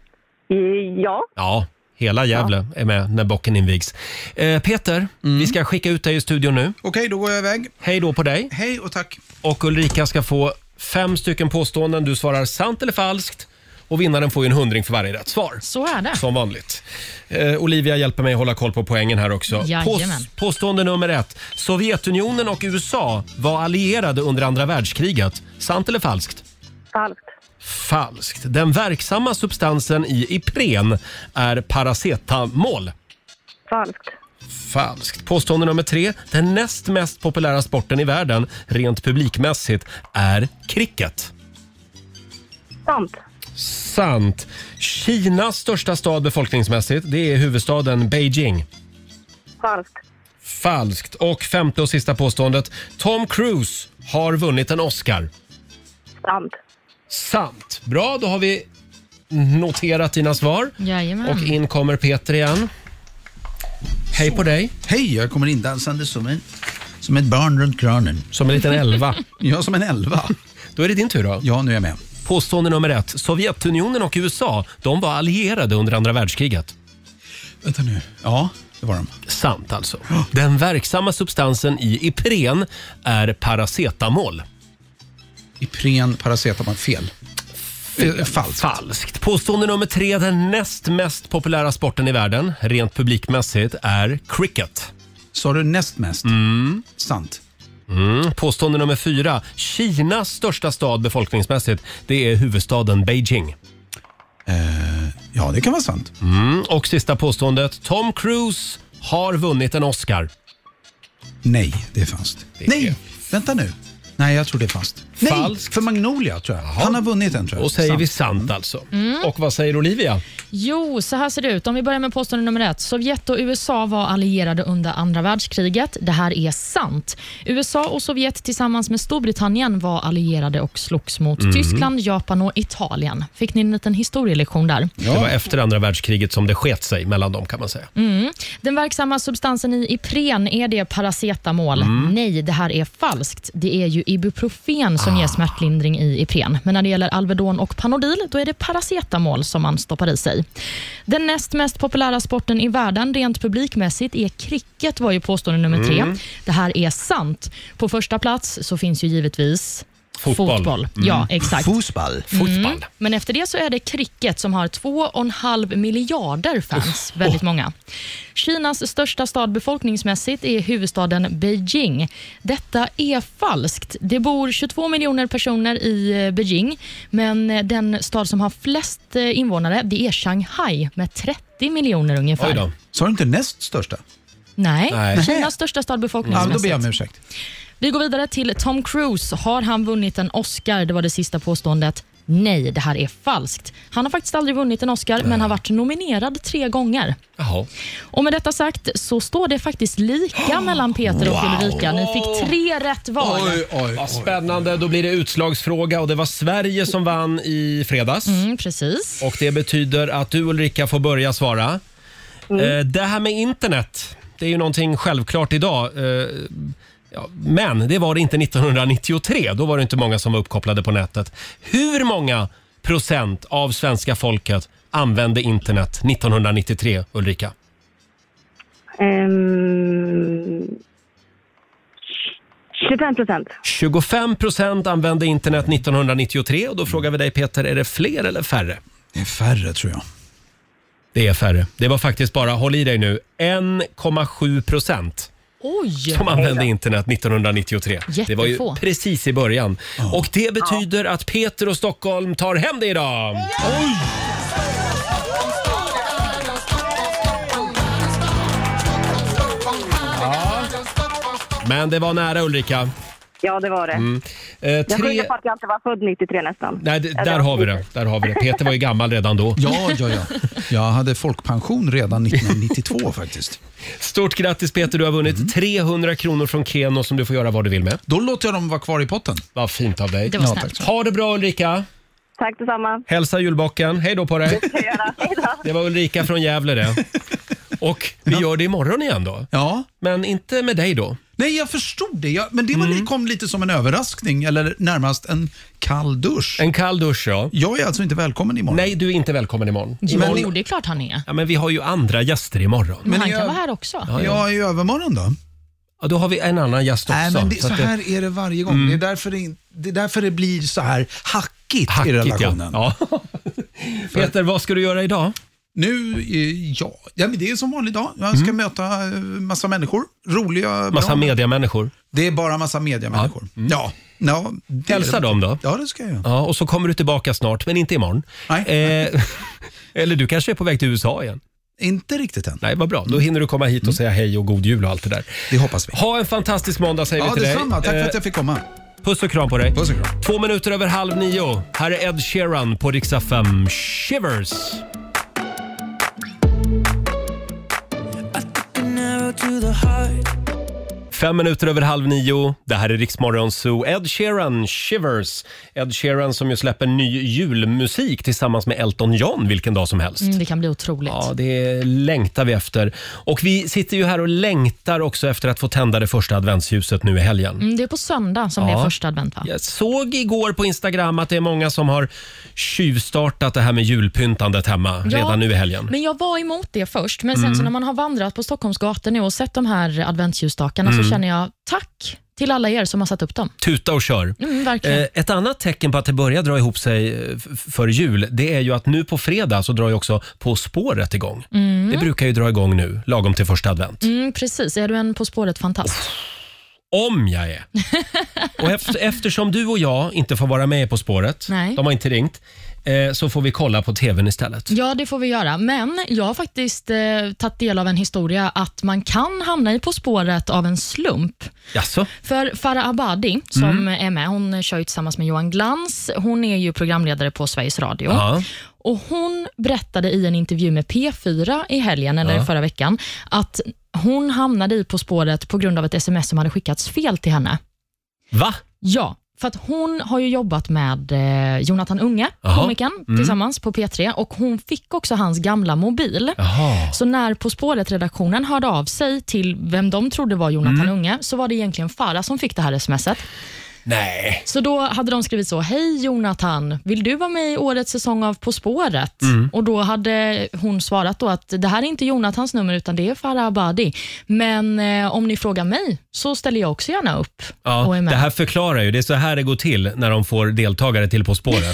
Ja.
Ja, hela Gävle är med när bocken invigs. Peter, vi ska skicka ut dig i studion nu.
Okej, då går jag iväg.
Hej då på dig.
Hej och tack.
Och Ulrika ska få 5 stycken påståenden. Du svarar sant eller falskt. Och vinnaren får ju en 100 för varje rätt svar.
Så är det.
Som vanligt. Olivia hjälper mig att hålla koll på poängen här också. Påstående nummer 1. Sovjetunionen och USA var allierade under andra världskriget. Sant eller falskt?
Falskt.
Falskt. Den verksamma substansen i Ipren är paracetamol.
Falskt.
Falskt. Påstående nummer 3. Den näst mest populära sporten i världen, rent publikmässigt, är cricket.
Sant.
Sant. Kinas största stad befolkningsmässigt, det är huvudstaden Beijing.
Falskt.
Falskt. Och 5:e och sista påståendet. Tom Cruise har vunnit en Oscar.
Sant.
Sant. Bra, då har vi noterat dina svar.
Jajamän.
Och in kommer Peter igen. Hej på dig.
Hej, jag kommer in dansande som ett barn runt kranen.
Som en liten 11.
Ja, som en 11.
Då är det din tur då.
Ja, nu är jag med.
Påstående nummer 1. Sovjetunionen och USA, de var allierade under andra världskriget.
Vänta nu. Ja, det var de.
Sant alltså. Den verksamma substansen i Ipren är paracetamol.
Ipren, paracetamol, fel. Falskt.
Falskt. Påstående nummer 3. Den näst mest populära sporten i världen, rent publikmässigt, är cricket.
Så du näst mest? Sant.
Påstående nummer 4. Kinas största stad befolkningsmässigt, det är huvudstaden Beijing.
Ja, det kan vara sant.
Och sista påståendet. Tom Cruise har vunnit en Oscar.
Nej, det är falskt. Nej, vänta nu. Nej, jag tror det är fast.
Falskt.
Nej, för Magnolia tror jag.
Jaha.
Han har vunnit den, tror jag.
Och säger vi sant alltså. Och vad säger Olivia?
Jo, så här ser det ut. Om vi börjar med påstående nummer 1. Sovjet och USA var allierade under andra världskriget. Det här är sant. USA och Sovjet tillsammans med Storbritannien var allierade och slogs mot Tyskland, Japan och Italien. Fick ni en liten historielektion där?
Ja. Det var efter andra världskriget som det sket sig mellan dem, kan man säga.
Den verksamma substansen i Ipren, är det paracetamol? Nej, det här är falskt. Det är ju ibuprofen som ger smärtlindring i Ipren. Men när det gäller Alvedon och Panodil, då är det paracetamol som man stoppar i sig. Den näst mest populära sporten i världen rent publikmässigt är cricket, var ju påstående nummer 3. Det här är sant. På första plats så finns ju givetvis fotboll. Ja, exakt.
Fotboll.
Men efter det så är det cricket som har 2,5 miljarder fans. Väldigt många. Kinas största stad befolkningsmässigt är huvudstaden Beijing. Detta är falskt. Det bor 22 miljoner personer i Beijing, men den stad som har flest invånare, det är Shanghai med 30 miljoner ungefär.
Så har du inte näst största?
Nej. Kinas största stad befolkningsmässigt.
Ja, då ber jag om ursäkt.
Vi går vidare till Tom Cruise. Har han vunnit en Oscar? Det var det sista påståendet. Nej, det här är falskt. Han har faktiskt aldrig vunnit en Oscar, men har varit nominerad 3 gånger.
Jaha.
Och med detta sagt så står det faktiskt lika mellan Peter och Ulrika. Ni fick 3 rätt var.
Oj. Vad spännande. Då blir det utslagsfråga och det var Sverige som vann i fredags.
Precis.
Och det betyder att du, Ulrika, får börja svara. Det här med internet, det är ju någonting självklart idag. Men det var det inte 1993. Då var det inte många som var uppkopplade på nätet. Hur många procent av svenska folket använde internet 1993, Ulrika?
25%.
25% använde internet 1993. Och då frågar vi dig, Peter, är det fler eller färre?
Det är färre, tror jag.
Det är färre. Det var faktiskt bara, håll i dig nu, 1,7% som använde internet 1993.
Jättefå.
Det var ju precis i början. Och det betyder att Peter och Stockholm tar hem det idag. Oj! Ja. Men det var nära, Ulrika.
Ja, det var det. Jag skyller på att jag inte var född 93 nästan.
Nej, där har vi det. Peter var ju gammal redan då.
Ja. Jag hade folkpension redan 1992 faktiskt.
Stort grattis, Peter, du har vunnit 300 kronor från Keno som du får göra vad du vill med.
Då låter jag dem vara kvar i potten.
Vad fint av dig.
Det var snällt.
Ha det bra, Ulrika.
Tack detsamma.
Hälsa julbocken. Hej då på dig.
Det ska jag göra. Hej då.
Det var Ulrika från Gävle det. Och vi gör det imorgon igen då.
Ja.
Men inte med dig då.
Nej, jag förstod det. Men det kom lite som en överraskning, eller närmast en kall dusch.
En kall dusch, ja.
Jag är alltså inte välkommen imorgon.
Nej, du är inte välkommen imorgon.
Jo, det är klart han är.
Ja, men vi har ju andra gäster imorgon.
Men han kan vara här också.
Ja, i övermorgon då?
Ja, då har vi en annan gäst också.
Nej, men så här är det varje gång. Det är därför det blir så här hackigt i relationen.
Ja. Peter, vad ska du göra idag?
Nu, men det är som vanlig dag. Jag ska möta massa människor. Roliga,
massa mediamänniskor.
Det är bara massa mediamänniskor. Ja.
Hälsa dem då.
Ja, det ska jag göra.
Ja, och så kommer du tillbaka snart, men inte imorgon.
Nej.
Eller du kanske är på väg till USA igen.
Inte riktigt än.
Nej, vad bra. Då hinner du komma hit och säga hej och god jul och allt det där.
Det hoppas vi.
Ha en fantastisk måndag säger vi till dig.
Ja, detsamma. Tack för att jag fick komma.
Puss och kram på dig.
Puss och kram.
2 minuter över 8:30. Här är Ed Sheeran på Rix FM. Shivers.
To the heart.
5 minuter över 8:30. Det här är Rix Morgon Zoo. Ed Sheeran, Shivers. Ed Sheeran som ju släpper ny julmusik tillsammans med Elton John vilken dag som helst.
Det kan bli otroligt.
Ja, det längtar vi efter. Och vi sitter ju här och längtar också efter att få tända det första adventsljuset nu i helgen.
Det är på söndag som det är första advent, va?
Jag såg igår på Instagram att det är många som har tjuvstartat det här med julpyntandet hemma redan nu i helgen.
Men jag var emot det först. Men sen så när man har vandrat på Stockholms gator nu och sett de här adventsljusstakarna så känner jag tack till alla er som har satt upp dem.
Tuta och kör.
Verkligen.
Ett annat tecken på att det börjar dra ihop sig för jul, det är ju att nu på fredag så drar ju också På spåret igång. Det brukar ju dra igång nu, lagom till första advent.
Precis, är du en På spåret-fantast?
Om jag är. Och eftersom du och jag inte får vara med På spåret, de har inte ringt, så får vi kolla på tvn istället.
Ja, det får vi göra. Men jag har faktiskt tagit del av en historia att man kan hamna i På spåret av en slump.
Jaså?
För Farah Abadi som är med, hon kör ju tillsammans med Johan Glans. Hon är ju programledare på Sveriges Radio.
Ja.
Och hon berättade i en intervju med P4 i helgen, eller förra veckan, att hon hamnade i På spåret på grund av ett sms som hade skickats fel till henne.
Va?
Ja. För att hon har ju jobbat med Jonathan Unge, komikern, tillsammans på P3. Och hon fick också hans gamla mobil. Så när På spåret-redaktionen hörde av sig till vem de trodde var Jonathan Unge, så var det egentligen Farah som fick det här smset.
Nej.
Så då hade de skrivit så: hej Jonathan, vill du vara med i årets säsong av På spåret? Och då hade hon svarat då att det här är inte Jonathans nummer utan det är Farah Abadi. Men om ni frågar mig så ställer jag också gärna upp och är med.
Det här förklarar ju, det är så här det går till när de får deltagare till På spåret.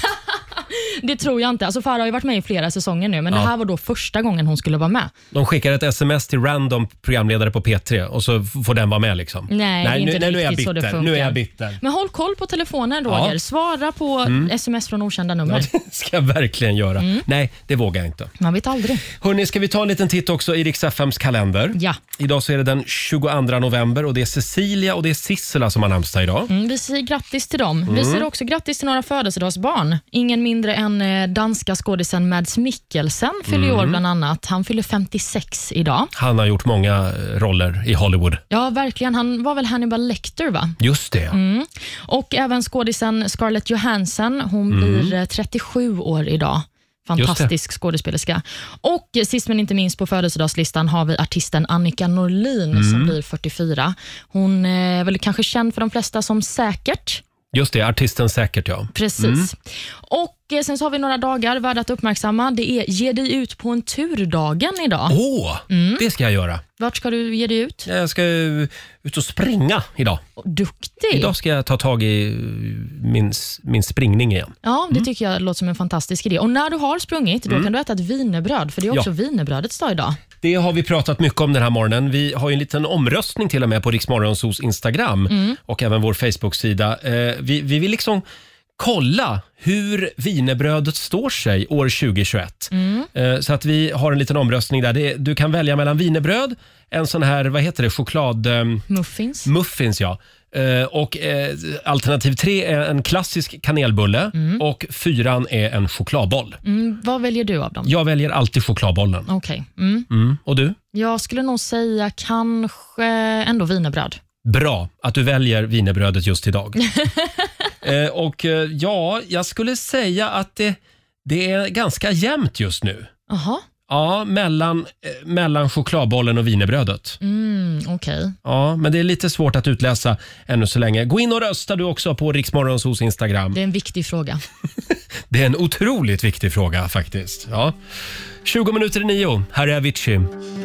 Det tror jag inte. Alltså Farah har ju varit med i flera säsonger nu, men det här var då första gången hon skulle vara med.
De skickar ett sms till random programledare på P3 och så får den vara med liksom.
Nej, nu är jag bitter.
Nu är jag bitter.
Men håll koll på telefonen, Roger. Svara på sms från okända nummer.
Ja, det ska jag verkligen göra. Nej, det vågar jag inte.
Man vet aldrig.
Hörrni, ska vi ta en liten titt också i Rix FMs kalender?
Ja.
Idag så är det den 22 november och det är Cecilia och det är Sissela som har namnsdag idag.
Vi säger grattis till dem. Vi säger också grattis till några födelsedagsbarn. Ingen mindre än danska skådisen Mads Mikkelsen fyller år bland annat. Han fyller 56 idag.
Han har gjort många roller i Hollywood.
Ja, verkligen. Han var väl Hannibal Lecter, va?
Just det.
Och även skådisen Scarlett Johansson. Hon blir 37 år idag. Fantastisk skådespelerska. Och sist men inte minst på födelsedagslistan har vi artisten Annika Norlin som blir 44. Hon är väl kanske känd för de flesta som Säkert.
Just det, artisten Säkert, ja.
Precis. Och sen så har vi några dagar värda att uppmärksamma. Det är Ge dig ut på en turdagen idag.
Det ska jag göra.
Vart ska du ge dig ut?
Jag ska ut och springa idag.
Duktig.
Idag ska jag ta tag i min springning igen.
Ja, det tycker jag låter som en fantastisk idé. Och när du har sprungit, då kan du äta ett wienerbröd. För det är också wienerbrödets dag idag. Det
har vi pratat mycket om den här morgonen. Vi har ju en liten omröstning till och med på Rix Morgonzoos Instagram och även vår Facebook-sida. Vi vill liksom kolla hur wienerbrödet står sig år 2021. Så att vi har en liten omröstning där. Du kan välja mellan wienerbröd, en sån här, vad heter det, choklad...
Muffins.
Muffins, ja. Och alternativ 3 är en klassisk kanelbulle och 4 är en chokladboll.
Vad väljer du av dem?
Jag väljer alltid chokladbollen.
Okej.
Och du?
Jag skulle nog säga kanske ändå wienerbröd.
Bra att du väljer wienerbrödet just idag. Jag skulle säga att det är ganska jämnt just nu.
Aha.
Ja, mellan chokladbollen och wienerbrödet.
Okej.
Ja, men det är lite svårt att utläsa ännu så länge. Gå in och rösta du också på Riksmorgonsos Instagram.
Det är en viktig fråga.
Det är en otroligt viktig fråga faktiskt. Ja. 20:09. Här är Avicii.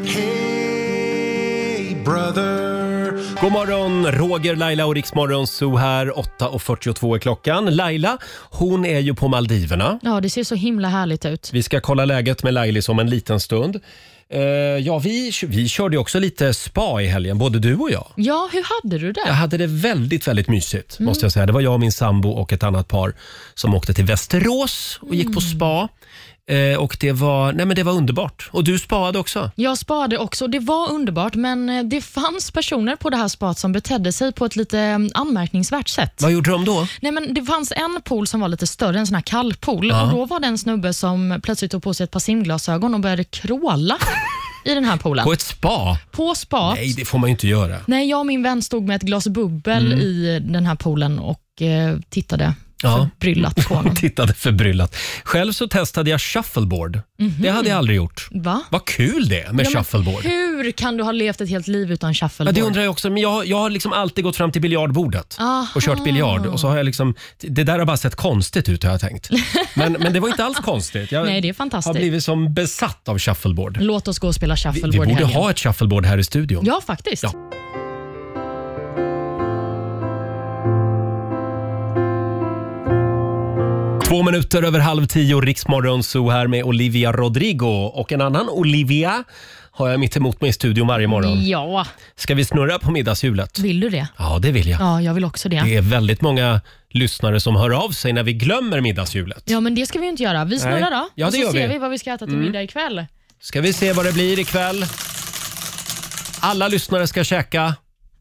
Hey brother.
God morgon, Roger, Laila och Riksmorgonso här. 8:42 är klockan. Laila, hon är ju på Maldiverna.
Ja, det ser så himla härligt ut.
Vi ska kolla läget med Laila om en liten stund. Vi körde också lite spa i helgen, både du och jag.
Ja, hur hade du det?
Jag hade det väldigt, väldigt mysigt, måste jag säga. Det var jag och min sambo och ett annat par som åkte till Västerås och gick på spa. Och det var underbart. Och du spaade också?
Jag spaade också. Det var underbart, men det fanns personer på det här spat som betedde sig på ett lite anmärkningsvärt sätt.
Vad gjorde de då?
Nej, men det fanns en pool som var lite större, en sån här kallpool. Och då var det en snubbe som plötsligt tog på sig ett par simglasögon och började kråla i den här poolen.
På ett spa?
På spa.
Nej, det får man ju inte göra.
Nej, jag och min vän stod med ett glas bubbel i den här poolen och tittade förbryllat på honom.
Tittade förbryllat. Själv så testade jag shuffleboard. Det hade jag aldrig gjort.
Va?
Vad kul det är med shuffleboard.
Hur kan du ha levt ett helt liv utan shuffleboard?
Ja, det undrar jag också. Men jag har liksom alltid gått fram till biljardbordet och kört biljard. Och så har jag liksom, det där har bara sett konstigt ut, har jag tänkt. Men det var inte alls konstigt.
Nej, det är fantastiskt.
Har blivit som besatt av shuffleboard.
Låt oss gå och spela shuffleboard.
Vi borde ha ett shuffleboard här i studion.
Ja, faktiskt. Ja.
Två minuter över 9:30, Riksmorgonso här med Olivia Rodrigo. Och en annan Olivia har jag mitt emot mig i studion varje morgon.
Ja.
Ska vi snurra på middagshjulet?
Vill du det?
Ja, det vill jag.
Ja, jag vill också det.
Det är väldigt många lyssnare som hör av sig när vi glömmer middagshjulet.
Ja, men det ska vi ju inte göra. Vi snurrar då.
Ja, det gör vi.
Och så ser vi vad vi ska äta till middag ikväll.
Ska vi se vad det blir ikväll. Alla lyssnare ska käka...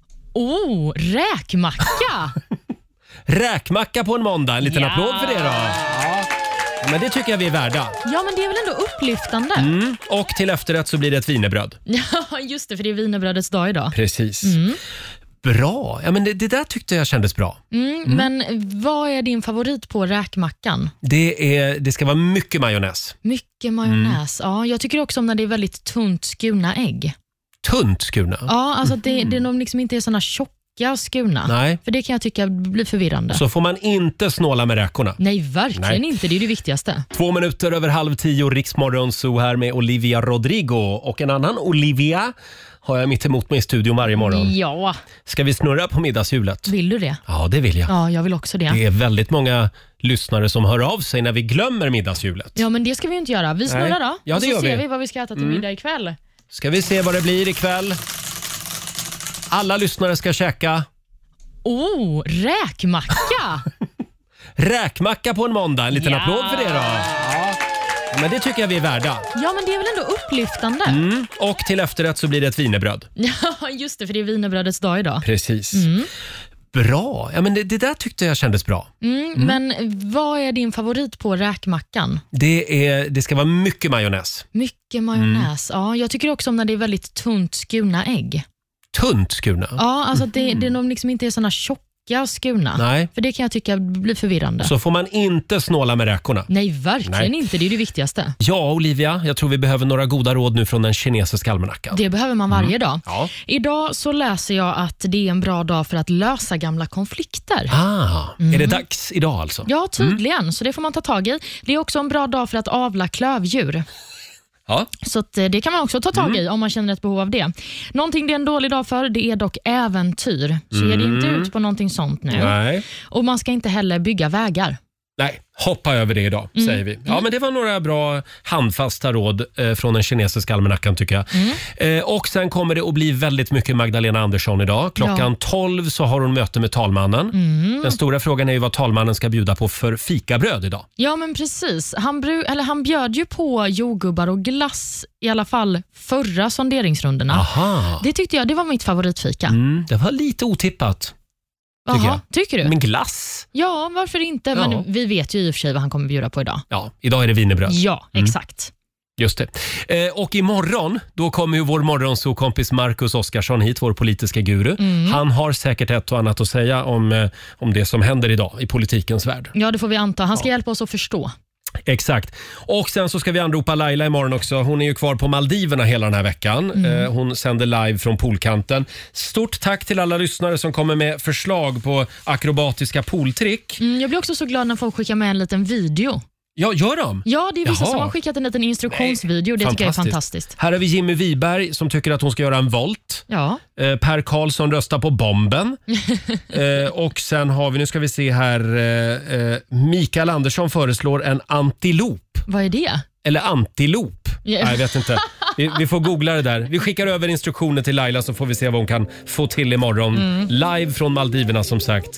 räkmacka!
Räkmacka på en måndag. En liten applåd för det då. Ja. Men det tycker jag vi är värda.
Ja, men det är väl ändå upplyftande.
Och till efterrätt så blir det ett wienerbröd.
Ja, just det, för det är wienerbrödets dag idag.
Precis. Bra. Ja, men det där tyckte jag kändes bra.
Men vad är din favorit på räkmackan?
Det ska vara mycket majonnäs.
Mycket majonnäs. Ja, jag tycker också om när det är väldigt tunt skurna ägg.
Tunt skurna?
Ja, alltså det de liksom inte är såna tjocka skurna.
Nej.
För det kan jag tycka blir förvirrande.
Så får man inte snåla med räkorna.
Nej, verkligen inte. Det är det viktigaste.
2 minuter över 9:30, Riksmorgonso här med Olivia Rodrigo. Och en annan Olivia har jag mitt emot mig i studion varje morgon.
Ja.
Ska vi snurra på middagshjulet?
Vill du det?
Ja, det vill jag.
Ja, jag vill också det.
Det är väldigt många lyssnare som hör av sig när vi glömmer middagshjulet.
Ja, men det ska vi ju inte göra. Vi snurrar då.
Ja, det gör vi.
Och så ser vi vad vi ska äta till middag ikväll.
Ska vi se vad det blir ikväll. Alla lyssnare ska käka...
räkmacka!
Räkmacka på en måndag. En liten applåd för det då. Ja. Men det tycker jag vi är värda.
Ja, men det är väl ändå upplyftande.
Och till efterrätt så blir det ett wienerbröd.
Ja, just det, för det är wienerbrödets dag idag.
Precis. Bra. Ja, men det där tyckte jag kändes bra.
Men vad är din favorit på räkmackan?
Det ska vara mycket majonnäs.
Mycket majonnäs. Ja, jag tycker också om när det är väldigt tunt skurna ägg.
Tunt skurna?
Ja, alltså det de liksom inte är såna tjocka skurna.
Nej.
För det kan jag tycka blir förvirrande.
Så får man inte snåla med räkorna.
Nej, verkligen inte. Det är det viktigaste.
Ja, Olivia, jag tror vi behöver några goda råd nu från den kinesiska almanackan.
Det behöver man varje dag.
Ja.
Idag så läser jag att det är en bra dag för att lösa gamla konflikter.
Är det dags idag alltså?
Ja, tydligen. Så det får man ta tag i. Det är också en bra dag för att avla klövdjur.
Ja.
Så att det kan man också ta tag i om man känner ett behov av det. Någonting det är en dålig dag för, det är dock äventyr. Så är det inte ut på någonting sånt nu.
Nej.
Och man ska inte heller bygga vägar.
Nej, hoppa över det idag, säger vi. Ja, men det var några bra handfasta råd från den kinesiska almanackan tycker jag. Och sen kommer det att bli väldigt mycket Magdalena Andersson idag. Klockan 12 så har hon möte med talmannen. Den stora frågan är ju vad talmannen ska bjuda på för fikabröd idag.
Ja, men precis. Han bjöd ju på jordgubbar och glass i alla fall förra sonderingsrunderna.
Aha.
Det tyckte jag, det var mitt favoritfika.
Det var lite otippat.
Tycker du?
Men glass?
Ja, varför inte? Men vi vet ju i och för sig vad han kommer bjuda på idag.
Ja, idag är det wienerbröd.
Ja, exakt.
Just det. Och imorgon, då kommer ju vår morgonsokompis Marcus Oskarsson hit, vår politiska guru. Han har säkert ett och annat att säga om det som händer idag i politikens värld.
Ja, det får vi anta. Han ska hjälpa oss att förstå.
Exakt. Och sen så ska vi anropa Laila imorgon också. Hon är ju kvar på Maldiverna hela den här veckan. Hon sänder live från poolkanten. Stort tack till alla lyssnare som kommer med förslag på akrobatiska pooltrick.
Jag blir också så glad när folk skickar med en liten video.
Ja, gör de?
Ja, det är vissa som har skickat en liten instruktionsvideo. Det tycker jag är fantastiskt.
Här har vi Jimmy Wiberg som tycker att hon ska göra en volt.
Ja.
Per Karlsson röstar på bomben. Och sen har vi, nu ska vi se här, Mikael Andersson föreslår en antilop.
Vad är det?
Eller antilop. Nej, jag vet inte. Vi får googla det där. Vi skickar över instruktioner till Laila så får vi se vad hon kan få till imorgon. Live från Maldiverna som sagt.